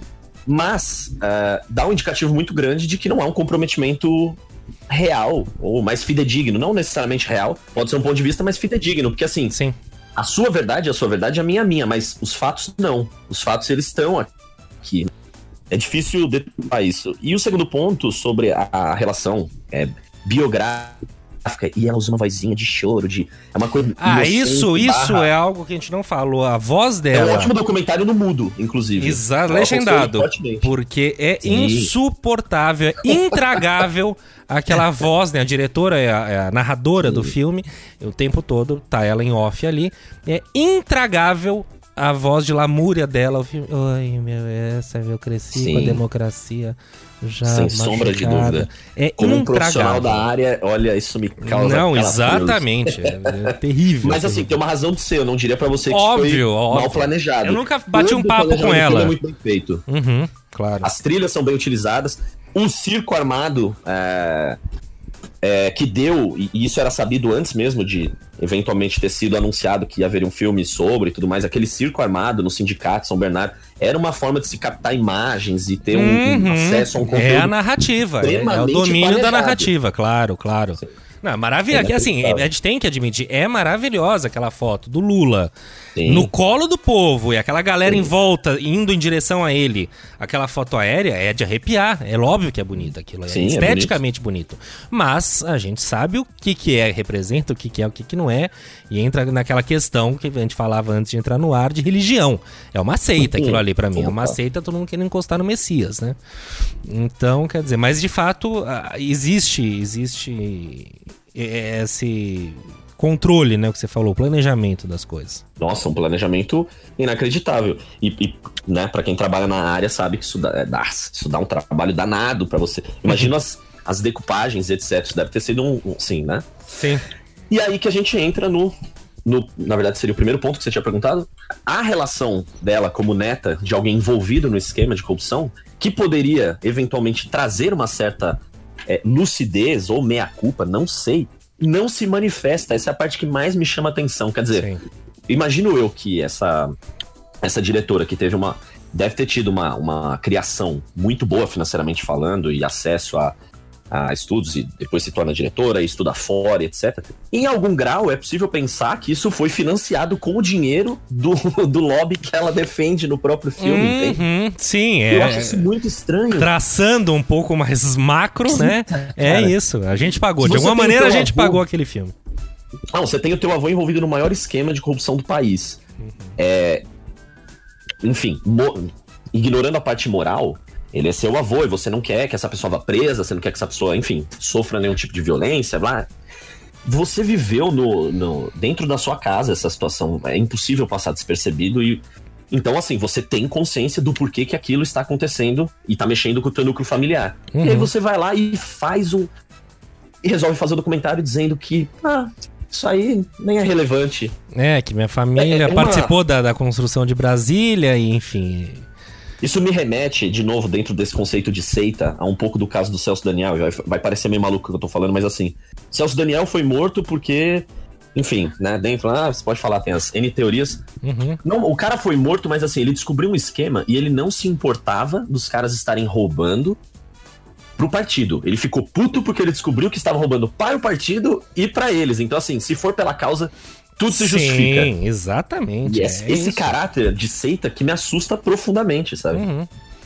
Mas uh, dá um indicativo muito grande de que não há um comprometimento real, ou mais fidedigno, não necessariamente real, pode ser um ponto de vista mais fidedigno, porque assim, Sim. a sua verdade, a sua verdade, a minha, a minha, mas os fatos não, os fatos eles estão aqui. É difícil deturpar isso. E o segundo ponto sobre a, a relação é, biográfica, e ela usa uma vozinha de choro, de... É uma coisa... Ah, isso, isso é algo que a gente não falou. A voz dela... É um ótimo documentário no mudo, inclusive. Exato, legendado. Porque é Sim. insuportável, é intragável aquela voz, né? A diretora é a, é a narradora Sim. do filme. O tempo todo tá ela em off ali. É intragável a voz de lamúria dela, o filme. Oi, meu, essa eu cresci Sim. com a democracia já Sem machucada. sombra de dúvida. É Como intragável. Um profissional da área, olha, isso me causa... Não, exatamente. É, é terrível. Mas assim, terrível. tem uma razão de ser. Eu não diria pra você que óbvio, foi óbvio. mal planejado. Eu nunca bati Todo um papo com ela. É muito bem feito. Uhum, claro. As trilhas são bem utilizadas. Um circo armado... É... É, que deu, e isso era sabido antes mesmo de eventualmente ter sido anunciado que haveria um filme sobre e tudo mais, aquele circo armado no Sindicato São Bernardo era uma forma de se captar imagens e ter um, uhum, um acesso a um conteúdo. É a narrativa, é, é o domínio planejado. Da narrativa, claro, claro. Sim. Não, maravilha, é assim, a gente tem que admitir, é maravilhosa aquela foto do Lula Sim. no colo do povo e aquela galera Sim. em volta, indo em direção a ele. Aquela foto aérea é de arrepiar, é óbvio que é bonito aquilo, é Sim, esteticamente é bonito. bonito. Mas a gente sabe o que que é, representa, o que que é, o que que não é, e entra naquela questão que a gente falava antes de entrar no ar, de religião. É uma seita Sim. aquilo ali pra mim, é uma seita, todo mundo querendo encostar no Messias, né? Então, quer dizer, mas de fato existe, existe... esse controle, né, o que você falou, o planejamento das coisas. Nossa, um planejamento inacreditável. E, e né, pra quem trabalha na área sabe que isso dá, dá, isso dá um trabalho danado pra você. Imagina as, as decupagens, etcétera. Isso deve ter sido um, um... Sim, né? Sim. E aí que a gente entra no, no... Na verdade, seria o primeiro ponto que você tinha perguntado. A relação dela como neta de alguém envolvido no esquema de corrupção, que poderia, eventualmente, trazer uma certa... É, lucidez ou meia-culpa, não sei, não se manifesta. Essa é a parte que mais me chama a atenção. Quer dizer, Sim. imagino eu que essa, essa diretora que teve uma... deve ter tido uma, uma criação muito boa financeiramente falando e acesso a, a estudos e depois se torna diretora e estuda fora, etcétera. Em algum grau é possível pensar que isso foi financiado com o dinheiro do, do lobby que ela defende no próprio filme, uhum, entende? Sim, é. Eu acho isso muito estranho. Traçando um pouco mais macro, sim, né? Cara, é isso, a gente pagou. De alguma maneira a gente avô... pagou aquele filme. Não, você tem o teu avô envolvido no maior esquema de corrupção do país. Uhum. É... Enfim, mo... ignorando a parte moral, ele é seu avô e você não quer que essa pessoa vá presa, você não quer que essa pessoa, enfim, sofra nenhum tipo de violência, blá. Você viveu no, no, dentro da sua casa essa situação, é impossível passar despercebido e... Então, assim, você tem consciência do porquê que aquilo está acontecendo e tá mexendo com o teu núcleo familiar. Uhum. E aí você vai lá e faz um... E resolve fazer um documentário dizendo que... Ah, isso aí nem é relevante. É, que minha família é, é uma... participou da, da construção de Brasília e, enfim... Isso me remete, de novo, dentro desse conceito de seita, a um pouco do caso do Celso Daniel. Vai, vai parecer meio maluco o que eu tô falando, mas assim... Celso Daniel foi morto porque... Enfim, né, dentro... Ah, você pode falar, tem as N teorias. Uhum. Não, o cara foi morto, mas assim, ele descobriu um esquema e ele não se importava dos caras estarem roubando pro partido. Ele ficou puto porque ele descobriu que estavam roubando para o partido e para eles. Então, assim, se for pela causa... Tudo se justifica. Sim, exatamente. E esse, é esse caráter de seita que me assusta profundamente, sabe? Uhum.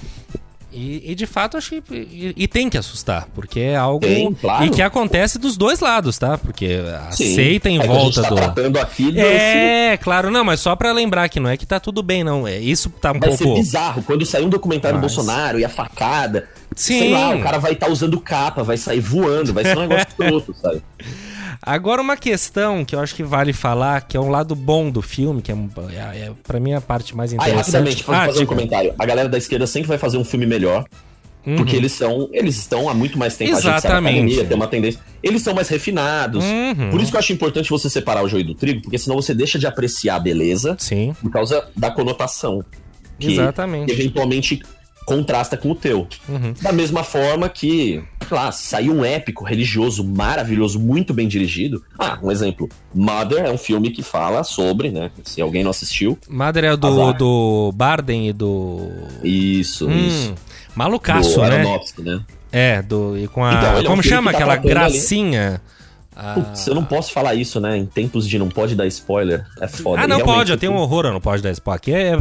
E, e de fato, acho que... E, e tem que assustar, porque é algo... Tem, claro. E que acontece dos dois lados, tá? Porque a Sim. seita em é volta a gente tá do... tratando aqui do... É, claro, não, mas só pra lembrar que não é que tá tudo bem, não. É, isso tá um vai pouco... Vai ser bizarro, quando sair um documentário mas... do Bolsonaro e a facada... Sim. Sei lá, o cara vai estar tá usando capa, vai sair voando, vai ser um negócio outro, sabe? Agora uma questão que eu acho que vale falar, que é um lado bom do filme, que é, é, é pra mim a parte mais interessante. Aí, rapidamente, pra ah, fazer diga. um comentário. A galera da esquerda sempre vai fazer um filme melhor, uhum. porque eles são, eles estão há muito mais tempo. Exatamente. A gente sabe, a academia tem uma tendência. Eles são mais refinados. Uhum. Por isso que eu acho importante você separar o joio do trigo, porque senão você deixa de apreciar a beleza. Sim. Por causa da conotação. Que Exatamente. eventualmente contrasta com o teu. Uhum. Da mesma forma que, lá, saiu um épico religioso maravilhoso, muito bem dirigido. Ah, um exemplo. Mother é um filme que fala sobre, né? Se alguém não assistiu. Mother é do, do Bardem e do... Isso, hum, isso. Malucaço, do né? Aronofsky, né? É, do, e com a... Então, ele é um como filme chama que tá aquela tratando ali- gracinha? A- Putz, eu não posso falar isso, né? Em tempos de não pode dar spoiler. É foda. Ah, não E realmente, pode, eu tenho um horror, eu não pode dar spoiler. Aqui é, é,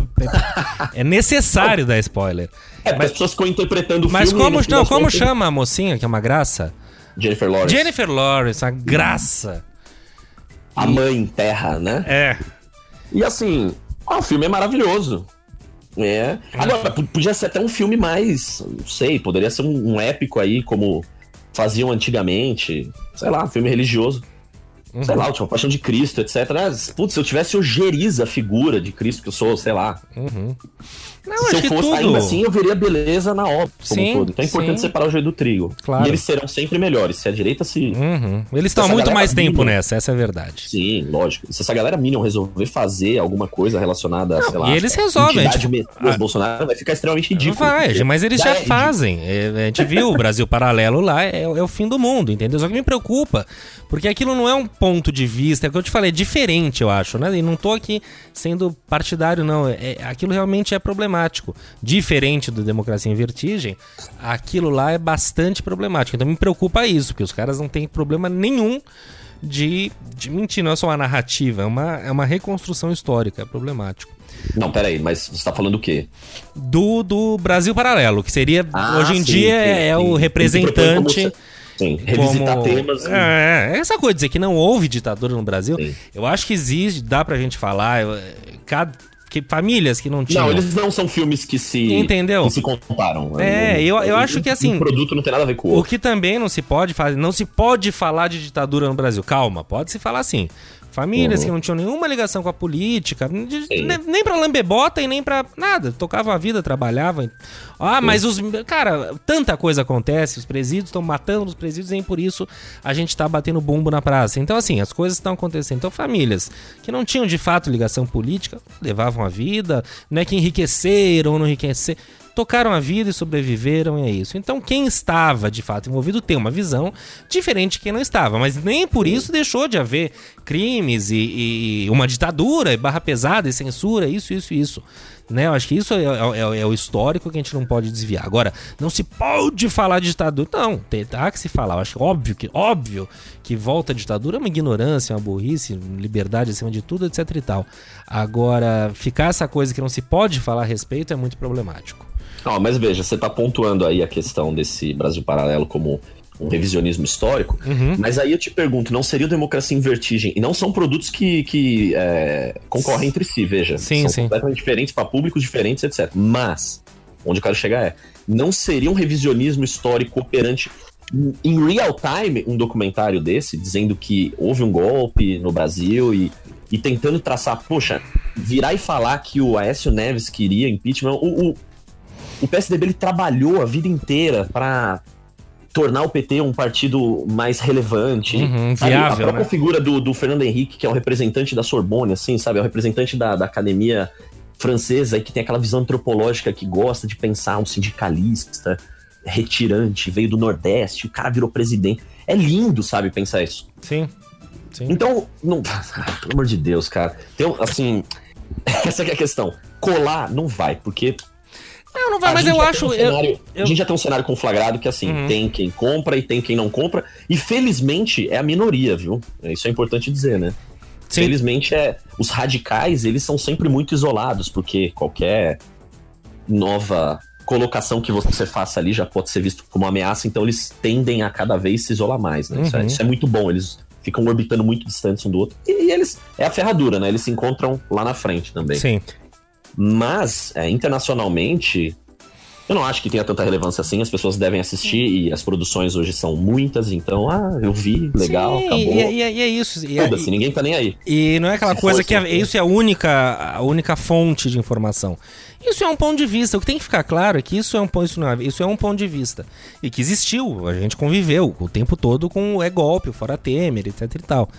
é necessário dar spoiler. É, mas as pessoas ficam interpretando o Mas filme... como, e no fim não, das como contas- chama a mocinha, que é uma graça? Jennifer Lawrence. Jennifer Lawrence, uma graça. A mãe terra, né? É. E assim, ó, o filme é maravilhoso. É. Agora, p- podia ser até um filme mais, não sei, poderia ser um, um épico aí, como faziam antigamente. Sei lá, um filme religioso. Uhum. Sei lá, Última Paixão de Cristo, etcétera. Putz, se eu tivesse o Geriz, a figura de Cristo, que eu sou, sei lá. Uhum. Não, Se acho eu que fosse, tudo... ainda assim, eu veria beleza na obra como Sim, um todo. Então é importante sim. separar o joio do trigo. Claro. E eles serão sempre melhores. Se a direita se... Uhum. Eles estão há Essa muito galera mais tempo vive- nessa, essa é a verdade. Sim, lógico. Se essa galera Minion resolver fazer alguma coisa relacionada a, Não, sei lá... e eles a resolvem, entidade tipo, Messias ah, Bolsonaro, vai ficar extremamente ridículo. Vai, porque mas eles já, é ridículo. fazem. É, a gente viu o Brasil Paralelo lá, é, é o fim do mundo, entendeu? Só que me preocupa, porque aquilo não é um ponto de vista, é o que eu te falei, é diferente, eu acho, né? E não tô aqui sendo partidário, não. É, aquilo realmente é problemático. Diferente do Democracia em Vertigem, aquilo lá é bastante problemático. Então me preocupa isso, porque os caras não têm problema nenhum de, de mentir, não é só uma narrativa, é uma, é uma reconstrução histórica, é problemático. Não, peraí, mas você tá falando o quê? Do, do Brasil Paralelo, que seria, Ah, hoje em sim, dia, sim, é sim. o Ele representante... propõe como- Sim, revisitar como- temas. É, essa coisa de dizer que não houve ditadura no Brasil, Sim. eu acho que existe, dá pra gente falar, eu- cada, que famílias que não tinham... Não, eles não são filmes que se, Entendeu? que se comparam. É, Não- eu- eu um- acho que, assim, Um produto não tem nada a ver com o O outro. que também não se pode fazer, não se pode falar de ditadura no Brasil. Calma, pode se falar assim. Famílias Uhum. que não tinham nenhuma ligação com a política, de- Sim. ne- nem pra lambebota e nem pra nada. Tocavam a vida, trabalhavam. Ah, mas os. Cara, tanta coisa acontece, os presídios estão matando os presídios e nem por isso a gente tá batendo bumbo na praça. Então, assim, as coisas estão acontecendo. Então, famílias que não tinham de fato ligação política, levavam a vida, não é que enriqueceram ou não enriqueceram. tocaram a vida e sobreviveram, e é isso. Então quem estava de fato envolvido tem uma visão diferente de quem não estava, mas nem por isso deixou de haver crimes e, e uma ditadura, e barra pesada e censura, isso, isso, isso. Né? Eu acho que isso é, é, é o histórico que a gente não pode desviar. Agora, não se pode falar de ditadura. Não, tem tá que se falar. Eu acho óbvio que, óbvio que volta a ditadura é uma ignorância, uma burrice, liberdade acima de tudo, etc e tal. Agora, ficar essa coisa que não se pode falar a respeito é muito problemático. Não, mas veja, você está pontuando aí a questão desse Brasil Paralelo como um revisionismo histórico, uhum. Mas aí eu te pergunto, não seria o Democracia em Vertigem? E não são produtos que, que é, concorrem entre si, veja. Sim, são sim. completamente diferentes, para públicos diferentes, etcétera. Mas, onde eu quero chegar é, não seria um revisionismo histórico operante em real time, um documentário desse, dizendo que houve um golpe no Brasil e, e tentando traçar, poxa, virar e falar que o Aécio Neves queria impeachment, o, o, o P S D B ele trabalhou a vida inteira para tornar o P T um partido mais relevante. Uhum, sabe? viável, a própria né? figura do, do Fernando Henrique, que é o representante da Sorbonne, assim, sabe? É o representante da, da academia francesa e que tem aquela visão antropológica que gosta de pensar um sindicalista retirante, veio do Nordeste, o cara virou presidente. É lindo, sabe, pensar isso. Sim, sim. Então, não, pelo amor de Deus, cara. Tem, assim, essa que é a questão. Colar não vai, porque... Não, não vai, a mas gente eu já acho... tem um cenário, eu... A gente já tem um cenário conflagrado que, assim, uhum. tem quem compra e tem quem não compra. E, felizmente, é a minoria, viu? Isso é importante dizer, né? Sim. Felizmente, é, os radicais, eles são sempre muito isolados, porque qualquer nova colocação que você faça ali já pode ser visto como ameaça, então eles tendem a cada vez se isolar mais, né? Uhum. Isso, é, isso é muito bom, eles ficam orbitando muito distantes um do outro. E, e eles... É a ferradura, né? Eles se encontram lá na frente também. Sim. Mas, é, internacionalmente, eu não acho que tenha tanta relevância assim. As pessoas devem assistir e as produções hoje são muitas. Então, ah, eu vi, legal, sim, acabou. E, e, e é isso. Foda-se, ninguém tá nem aí. E não é aquela Se coisa fosse, que é, isso é a única, a única fonte de informação. Isso é um ponto de vista. O que tem que ficar claro é que isso é um, isso não é, isso é um ponto de vista. E que existiu, a gente conviveu o tempo todo com o é golpe, o fora Temer, etc e tal.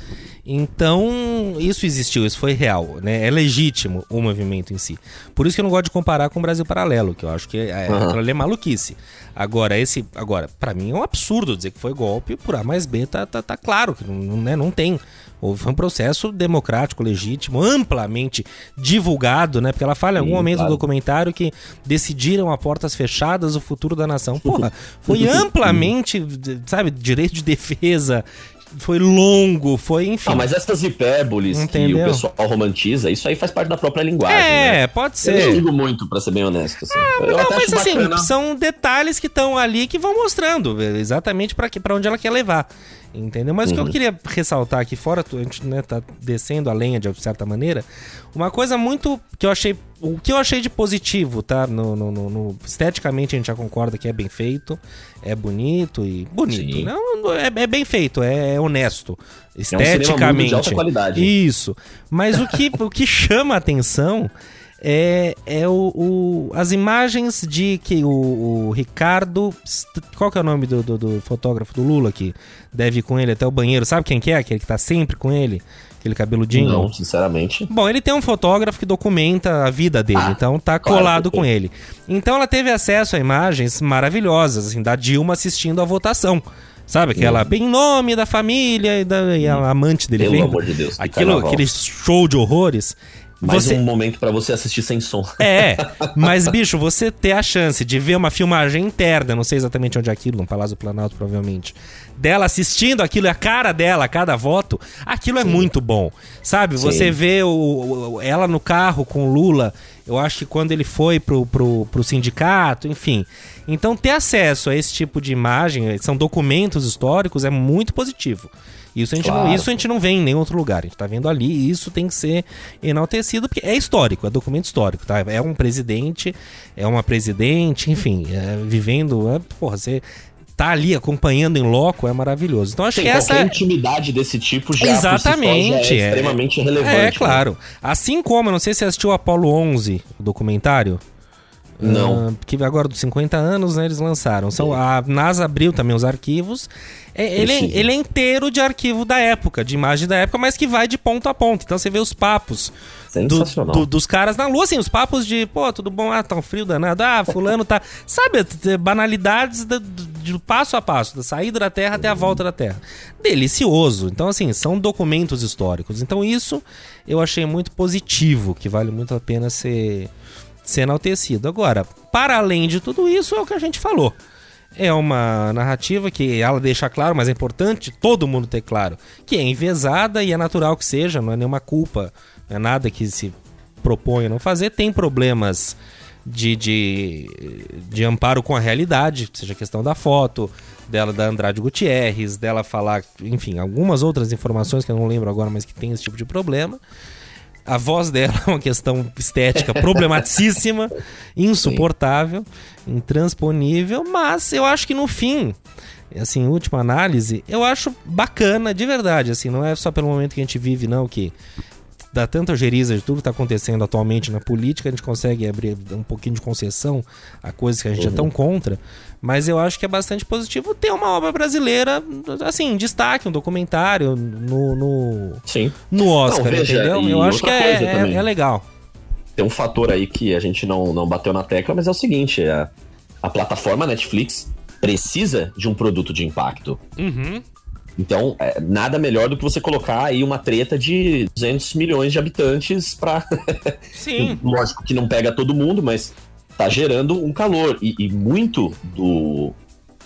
Então, isso existiu, isso foi real, né? É legítimo o movimento em si. Por isso que eu não gosto de comparar com o Brasil Paralelo, que eu acho que é, uhum. aquilo ali é maluquice. Agora, esse, agora, pra mim é um absurdo dizer que foi golpe, por A mais B tá, tá, tá claro que não, né, não tem. Houve um processo democrático, legítimo, amplamente divulgado, né? Porque ela fala em algum Sim, momento claro. do documentário que decidiram a portas fechadas o futuro da nação. Porra, foi amplamente, sabe, direito de defesa, foi longo, foi, enfim. Ah, mas essas hipérboles Entendeu? que o pessoal romantiza, isso aí faz parte da própria linguagem, É, né? pode ser. Eu não ligo muito, pra ser bem honesto. Assim. Ah, eu não, até mas acho assim, bacana. são detalhes que estão ali que vão mostrando exatamente pra, que, pra onde ela quer levar. Entendeu? Mas uhum. o que eu queria ressaltar aqui fora, a gente, né, tá descendo a lenha de certa maneira, uma coisa muito que eu achei, o que eu achei de positivo, tá? No, no, no, no, esteticamente a gente já concorda que é bem feito, é bonito e bonito, Sim. não, é, é bem feito, é, é honesto, esteticamente. É um cinema de alta qualidade. Isso. Mas o que, o que chama a atenção É, é o, o, as imagens de que o, o Ricardo... Qual que é o nome do, do, do fotógrafo do Lula que deve ir com ele até o banheiro? Sabe quem que é? Aquele que tá sempre com ele? Aquele cabeludinho? Não, sinceramente. Bom, ele tem um fotógrafo que documenta a vida dele, ah, então tá claro, colado com ele. Então ela teve acesso a imagens maravilhosas, assim, da Dilma assistindo a votação. Sabe, aquela, hum. em nome da família e, da, e a amante dele. Pelo vem, amor de Deus. Aquilo, aquele show de horrores. Mais você... um momento pra você assistir sem som. É, mas bicho, você ter a chance de ver uma filmagem interna, não sei exatamente onde é aquilo, no Palácio do Planalto provavelmente, dela assistindo aquilo, a cara dela, cada voto, aquilo é Sim. muito bom, sabe? Sim. Você vê o, o, ela no carro com o Lula, eu acho que quando ele foi pro, pro, pro sindicato, enfim. Então ter acesso a esse tipo de imagem, são documentos históricos, é muito positivo. Isso a, gente claro. não, isso a gente não vê em nenhum outro lugar. A gente tá vendo ali e isso tem que ser enaltecido, porque é histórico, é documento histórico, tá? É um presidente, é uma presidente, enfim, é, vivendo... É, porra, você tá ali acompanhando em loco, é maravilhoso. Então acho Sim, que essa... qualquer intimidade desse tipo já, Exatamente, por si só, já é extremamente é, relevante. É, claro. Né? Assim como, eu não sei se você assistiu Apolo onze, o documentário... Não. Uh, que agora dos cinquenta anos, né, eles lançaram. São, a NASA abriu também os arquivos. É, ele, é, ele é inteiro de arquivo da época, de imagem da época, mas que vai de ponto a ponto. Então você vê os papos do, do, dos caras na Lua, assim, os papos de, pô, tudo bom? Ah, tá um frio danado. Ah, fulano tá... Sabe, banalidades do, do passo a passo, da saída da Terra até a volta da Terra. Delicioso. Então, assim, são documentos históricos. Então isso eu achei muito positivo, que vale muito a pena ser... ser enaltecido. Agora, para além de tudo isso, é o que a gente falou. É uma narrativa que ela deixa claro, mas é importante todo mundo ter claro, que é enviesada e é natural que seja, não é nenhuma culpa, não é nada que se propõe a não fazer. Tem problemas de, de, de amparo com a realidade, seja a questão da foto, dela da Andrade Gutierrez, dela falar, enfim, algumas outras informações que eu não lembro agora, mas que tem esse tipo de problema. A voz dela é uma questão estética problematicíssima, insuportável, Sim. intransponível, mas eu acho que no fim, assim, última análise, eu acho bacana de verdade, assim, não é só pelo momento que a gente vive, não, que dá tanta geriza de tudo que está acontecendo atualmente na política, a gente consegue abrir um pouquinho de concessão a coisas que a gente uhum. é tão contra, mas eu acho que é bastante positivo ter uma obra brasileira, assim, em destaque, um documentário no, no, Sim. no Oscar, não, veja, entendeu? Eu acho que é, é, é legal. Tem um fator aí que a gente não, não bateu na tecla, mas é o seguinte, a, a plataforma Netflix precisa de um produto de impacto. Uhum. Então, é, nada melhor do que você colocar aí uma treta de duzentos milhões de habitantes pra... Sim. Lógico que não pega todo mundo, mas tá gerando um calor. E, e muito do,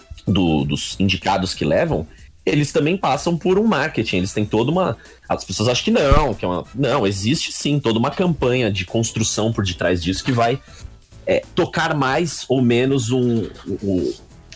do, dos indicados que levam, eles também passam por um marketing. Eles têm toda uma... As pessoas acham que não, que é uma... Não, existe sim toda uma campanha de construção por detrás disso que vai é, tocar mais ou menos um... um,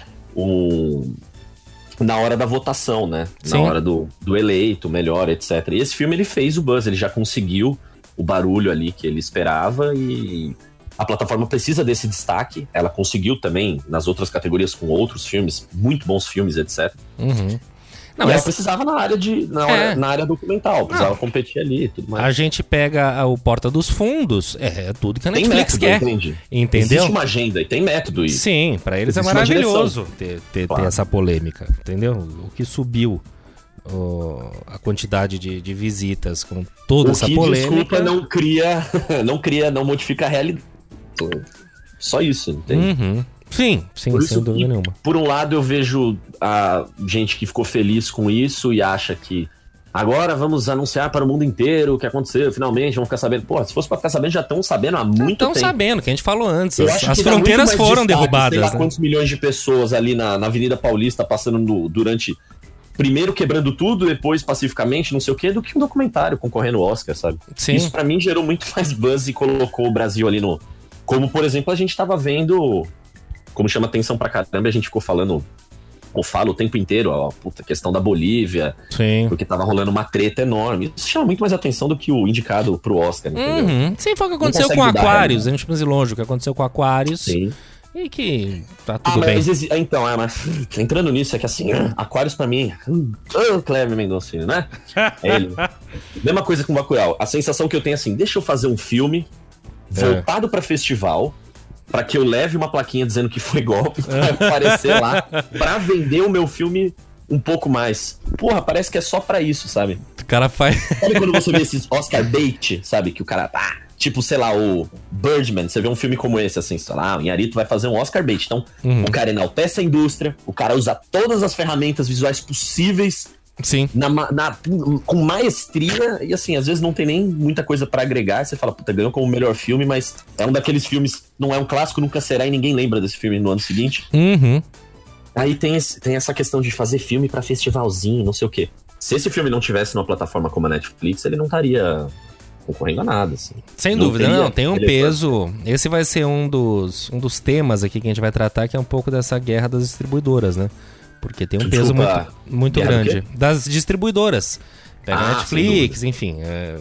um na hora da votação, né? Sim. Na hora do, do eleito, melhor, etcétera. E esse filme, ele fez o buzz, ele já conseguiu o barulho ali que ele esperava e a plataforma precisa desse destaque. Ela conseguiu também nas outras categorias com outros filmes, muito bons filmes, etcétera. Uhum. Não, e ela precisava na área, de, na, hora, é. na área documental, precisava Não. competir ali e tudo mais. A gente pega o Porta dos Fundos, é, é tudo que a Netflix tem método, quer. Entende? Entendeu? Existe uma agenda e tem método. E Sim, pra eles é maravilhoso ter, ter, claro. ter essa polêmica, entendeu? O que subiu o, a quantidade de, de visitas com toda o essa que, polêmica... desculpa, não cria, não cria, não modifica a realidade. Só isso, entende? Uhum. Sim, sim, por sem isso, dúvida nenhuma. Por um lado, eu vejo a gente que ficou feliz com isso e acha que agora vamos anunciar para o mundo inteiro o que aconteceu, finalmente, vamos ficar sabendo. Pô, se fosse para ficar sabendo, já estão sabendo há muito tão tempo. Estão sabendo, que a gente falou antes. Eu as as fronteiras foram destaque, derrubadas. Sei lá né? quantos milhões de pessoas ali na, na Avenida Paulista passando no, durante... Primeiro quebrando tudo, depois pacificamente, não sei o quê, do que um documentário concorrendo ao Oscar, sabe? Sim. Isso pra mim gerou muito mais buzz e colocou o Brasil ali no... Como, por exemplo, a gente tava vendo... Como chama atenção pra caramba, a gente ficou falando, ou fala o tempo inteiro, a puta questão da Bolívia, Sim. porque tava rolando uma treta enorme. Isso chama muito mais atenção do que o indicado pro Oscar, entendeu? Uhum. Sim, foi o que aconteceu com Aquarius, a gente precisa ir longe, o que aconteceu com Aquarius. Sim. E que tá tudo ah, bem. Mas, então, é, mas entrando nisso, é que assim, Aquarius pra mim, oh, o Cleber Mendonça, né? É ele. Mesma coisa com Bacurau. A sensação que eu tenho é assim, deixa eu fazer um filme voltado é. pra festival, pra que eu leve uma plaquinha dizendo que foi golpe, pra aparecer lá, pra vender o meu filme um pouco mais. Porra, parece que é só pra isso, sabe? O cara faz... Sabe quando você vê esses Oscar bait, sabe? Que o cara... Ah, tipo, sei lá, o Birdman, você vê um filme como esse, assim, sei lá, o Inharito vai fazer um Oscar bait. Então, uhum. o cara enaltece a indústria, o cara usa todas as ferramentas visuais possíveis... Sim. Na, na, com maestria, e assim, às vezes não tem nem muita coisa pra agregar. Você fala, puta, ganhou como melhor filme, mas é um daqueles filmes, não é um clássico, nunca será, e ninguém lembra desse filme no ano seguinte. Uhum. Aí tem, esse, tem essa questão de fazer filme pra festivalzinho, não sei o quê. Se esse filme não tivesse numa plataforma como a Netflix, ele não estaria concorrendo a nada, assim. Sem não dúvida, não, tem um peso. Esse vai ser um dos, um dos temas aqui que a gente vai tratar, que é um pouco dessa guerra das distribuidoras, né? Porque tem um Desculpa, peso muito, muito grande. Das distribuidoras. Pega ah, Netflix, enfim. É,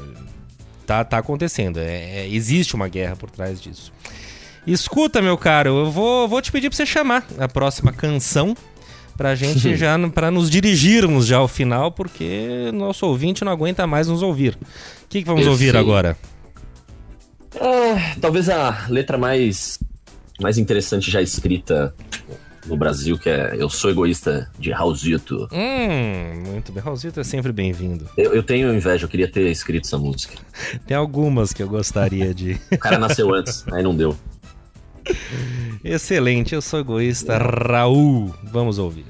tá, tá acontecendo. É, é, existe uma guerra por trás disso. Escuta, meu caro, eu vou, vou te pedir pra você chamar a próxima canção pra gente já, pra nos dirigirmos já ao final, porque nosso ouvinte não aguenta mais nos ouvir. O que, que vamos eu ouvir sei. agora? Ah, talvez a letra mais mais interessante já escrita no Brasil, que é Eu Sou Egoísta, de Raulzito. Hum, muito bem. Raulzito é sempre bem-vindo. Eu, eu tenho inveja, eu queria ter escrito essa música. Tem algumas que eu gostaria de... O cara nasceu antes, aí não deu. Excelente, Eu Sou Egoísta, Raul. Vamos ouvir.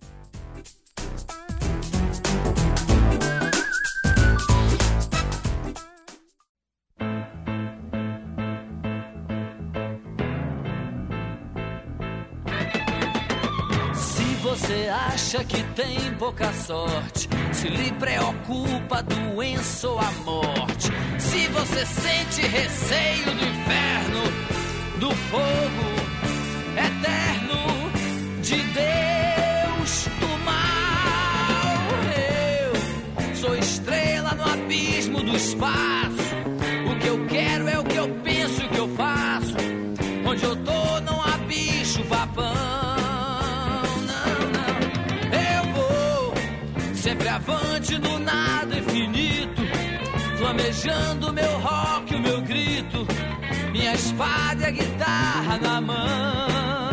Você acha que tem pouca sorte, se lhe preocupa a doença ou a morte, se você sente receio do inferno, do fogo eterno de Deus, do mal. Eu sou estrela no abismo do espaço, o que eu quero é o que eu penso e o que eu faço, onde eu tô não há bicho papão. Sempre avante no nada infinito, flamejando meu rock, o meu grito, minha espada e a guitarra na mão.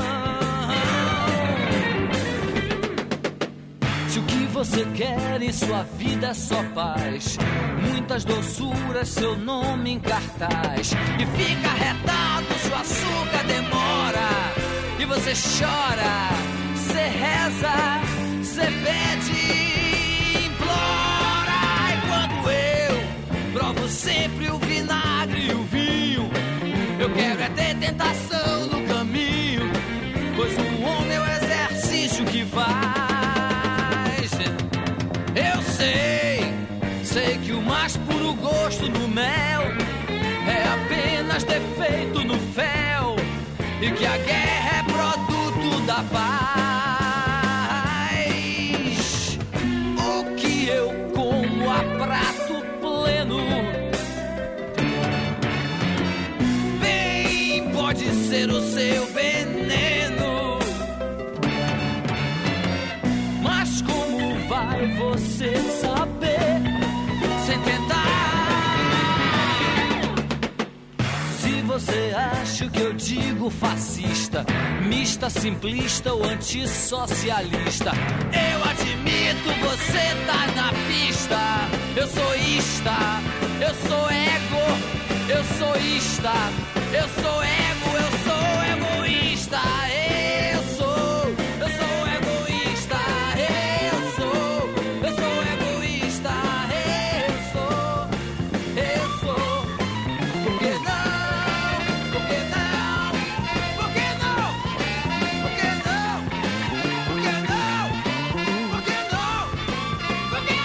Se o que você quer em sua vida é só paz, muitas doçuras, seu nome em cartaz, e fica retado, seu açúcar demora, e você chora, cê reza, cê pede, provo sempre o vinagre e o vinho. Eu quero é ter tentação no caminho, pois o homem é o exercício que faz. Eu sei, sei que o mais puro gosto no mel é apenas defeito no fel, e que a guerra é produto da paz. O que eu como a prato pleno, bem pode ser o seu veneno, mas como vai você saber sem tentar? Se você acha que eu digo fascista, mista, simplista ou antissocialista, eu admito, você tá na pista. Eu sou ista, eu sou ego, eu sou ista, eu sou ego, eu sou egoísta, eu sou, eu sou egoísta, eu sou, eu sou egoísta, eu sou, eu sou. Por que não? Por que não? Por que não? Por que não? Por que não? Por que não? Por que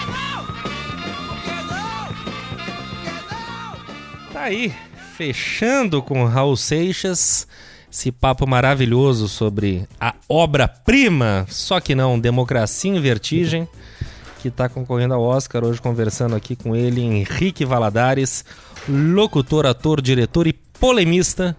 não? Tá aí, fechando com Raul Seixas, esse papo maravilhoso sobre a obra-prima, só que não, Democracia em Vertigem, que está concorrendo ao Oscar. Hoje conversando aqui com ele, Henrique Valadares, locutor, ator, diretor e polemista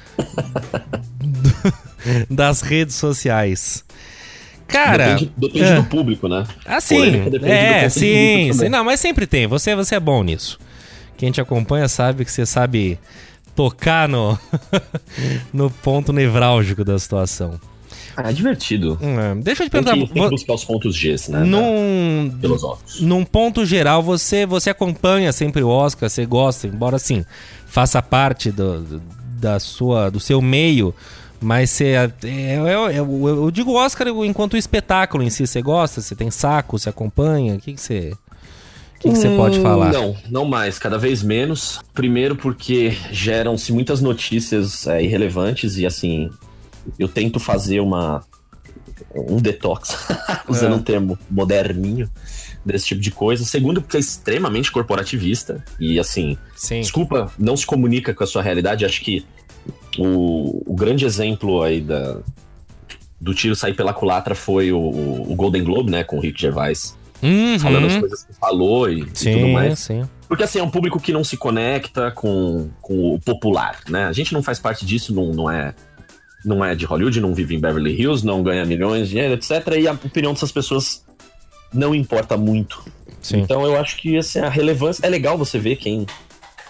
das redes sociais. Cara, depende, depende é. do público, né? Ah, sim, é, sim, sim. Não, mas sempre tem, você, você é bom nisso. Quem te acompanha sabe que você sabe tocar no, no ponto nevrálgico da situação. Ah, é divertido. Hum, deixa eu te Tem perguntar... que, tem que buscar os pontos Gs, né? Num, filosóficos. Num ponto geral, você, você acompanha sempre o Oscar, você gosta, embora assim, faça parte do, do, da sua, do seu meio, mas você... É, é, é, eu, eu digo Oscar enquanto espetáculo em si, você gosta? Você tem saco, você acompanha? O que, que você... O que, que você hum, pode falar? Não, não mais, cada vez menos. Primeiro porque geram-se muitas notícias é, irrelevantes e assim, eu tento fazer uma um detox, usando é. um termo moderninho, desse tipo de coisa. Segundo porque é extremamente corporativista e assim, Sim. desculpa, não se comunica com a sua realidade. Acho que o, o grande exemplo aí da, do tiro sair pela culatra foi o, o Golden Globe, né, com o Rick Gervais. Uhum. Falando as coisas que falou e, sim, e tudo mais. Sim. Porque assim, é um público que não se conecta com, com o popular, né? A gente não faz parte disso, não, não, é, não é de Hollywood, não vive em Beverly Hills, não ganha milhões de dinheiro, etcétera. E a opinião dessas pessoas não importa muito. Sim. Então eu acho que assim, a relevância... É legal você ver quem,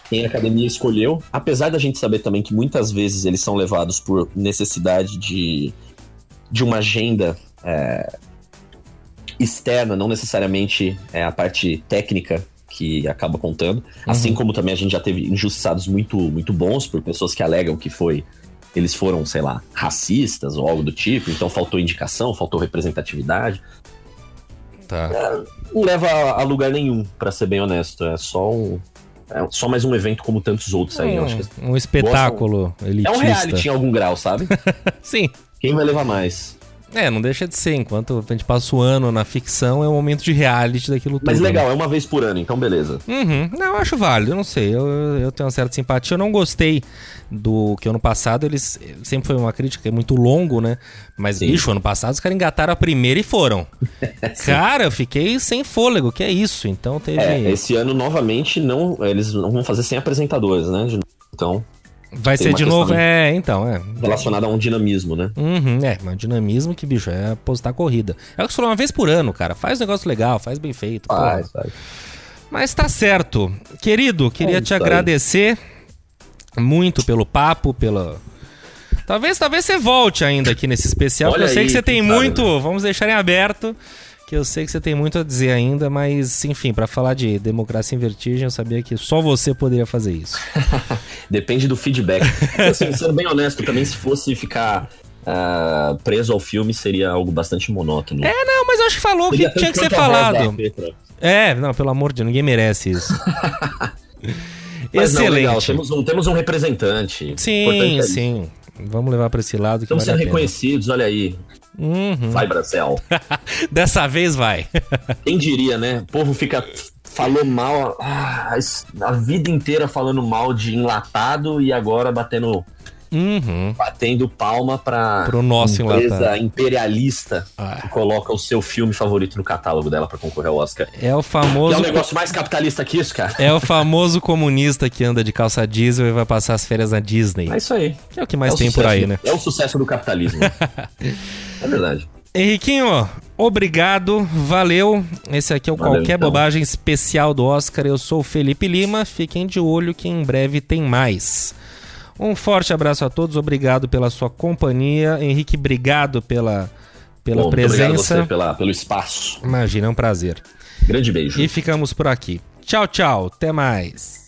quem a academia escolheu. Apesar da gente saber também que muitas vezes eles são levados por necessidade de, de uma agenda é, externa, não necessariamente é a parte técnica que acaba contando. Uhum. Assim como também a gente já teve injustiçados muito, muito bons por pessoas que alegam que foi... eles foram, sei lá, racistas ou algo do tipo, então faltou indicação, faltou representatividade. Tá. É, não leva a lugar nenhum, pra ser bem honesto. É só um... É só mais um evento como tantos outros aí. Um, eu acho que um espetáculo gostam... elitista. É um reality em algum grau, sabe? Sim. Quem vai levar mais? É, não deixa de ser. Enquanto a gente passa o ano na ficção, é um momento de reality daquilo tudo. Mas legal, né? é uma vez por ano, então beleza. Uhum. Não, eu acho válido, eu não sei. Eu, eu tenho uma certa simpatia. Eu não gostei do que ano passado eles... Sempre foi uma crítica, é muito longo, né? Mas, Sim. bicho, ano passado os caras engataram a primeira e foram. Cara, eu fiquei sem fôlego, que é isso. Então teve... É, esse ano, novamente, não, eles não vão fazer sem apresentadores, né? De... Então... Vai Tem ser uma de questão novo, é, então, é. relacionado a um dinamismo, né? Uhum, é, mas dinamismo que, bicho, é apostar corrida. É o que você falou uma vez por ano, cara. Faz um negócio legal, faz bem feito. Faz, faz. Mas tá certo. Querido, queria É te isso aí. agradecer muito pelo papo, pela... Talvez, talvez você volte ainda aqui nesse especial, Olha porque eu sei aí, que você tem quem sabe, muito... né? Vamos deixar em aberto, que eu sei que você tem muito a dizer ainda, mas, enfim, pra falar de democracia em vertigem, eu sabia que só você poderia fazer isso. Depende do feedback. Assim, sendo bem honesto, também se fosse ficar uh, preso ao filme, seria algo bastante monótono. É, não, mas eu acho que falou que Seria tinha que ser tanto quanto a voz da falado. Petra. É, não, pelo amor de Deus, ninguém merece isso. Mas não, Excelente. legal, temos, um, temos um representante. Sim, Importante é isso. sim. Vamos levar pra esse lado que Estamos vale sendo a pena. reconhecidos, olha aí. Uhum. Vai, Bracel. Dessa vez vai. Quem diria, né? O povo fica... Falou mal ah, a vida inteira falando mal de enlatado e agora batendo, Uhum. batendo palma pra Pro nosso empresa enlatado. imperialista Ah. que coloca o seu filme favorito no catálogo dela pra concorrer ao Oscar. É o Que famoso... é um negócio mais capitalista que isso, cara. É o famoso comunista que anda de calça diesel e vai passar as férias na Disney. É isso aí. Que é o que mais É o tem por sucesso aí, do- né? É o sucesso do capitalismo. É verdade. Henriquinho, obrigado, valeu. Esse aqui é o Valeu, Qualquer então. Bobagem especial do Oscar. Eu sou o Felipe Lima. Fiquem de olho que em breve tem mais. Um forte abraço a todos, obrigado pela sua companhia. Henrique, obrigado pela, pela Bom, muito obrigado a presença. você pela, pelo espaço. Imagina, é um prazer. Grande beijo. E ficamos por aqui. Tchau, tchau. Até mais.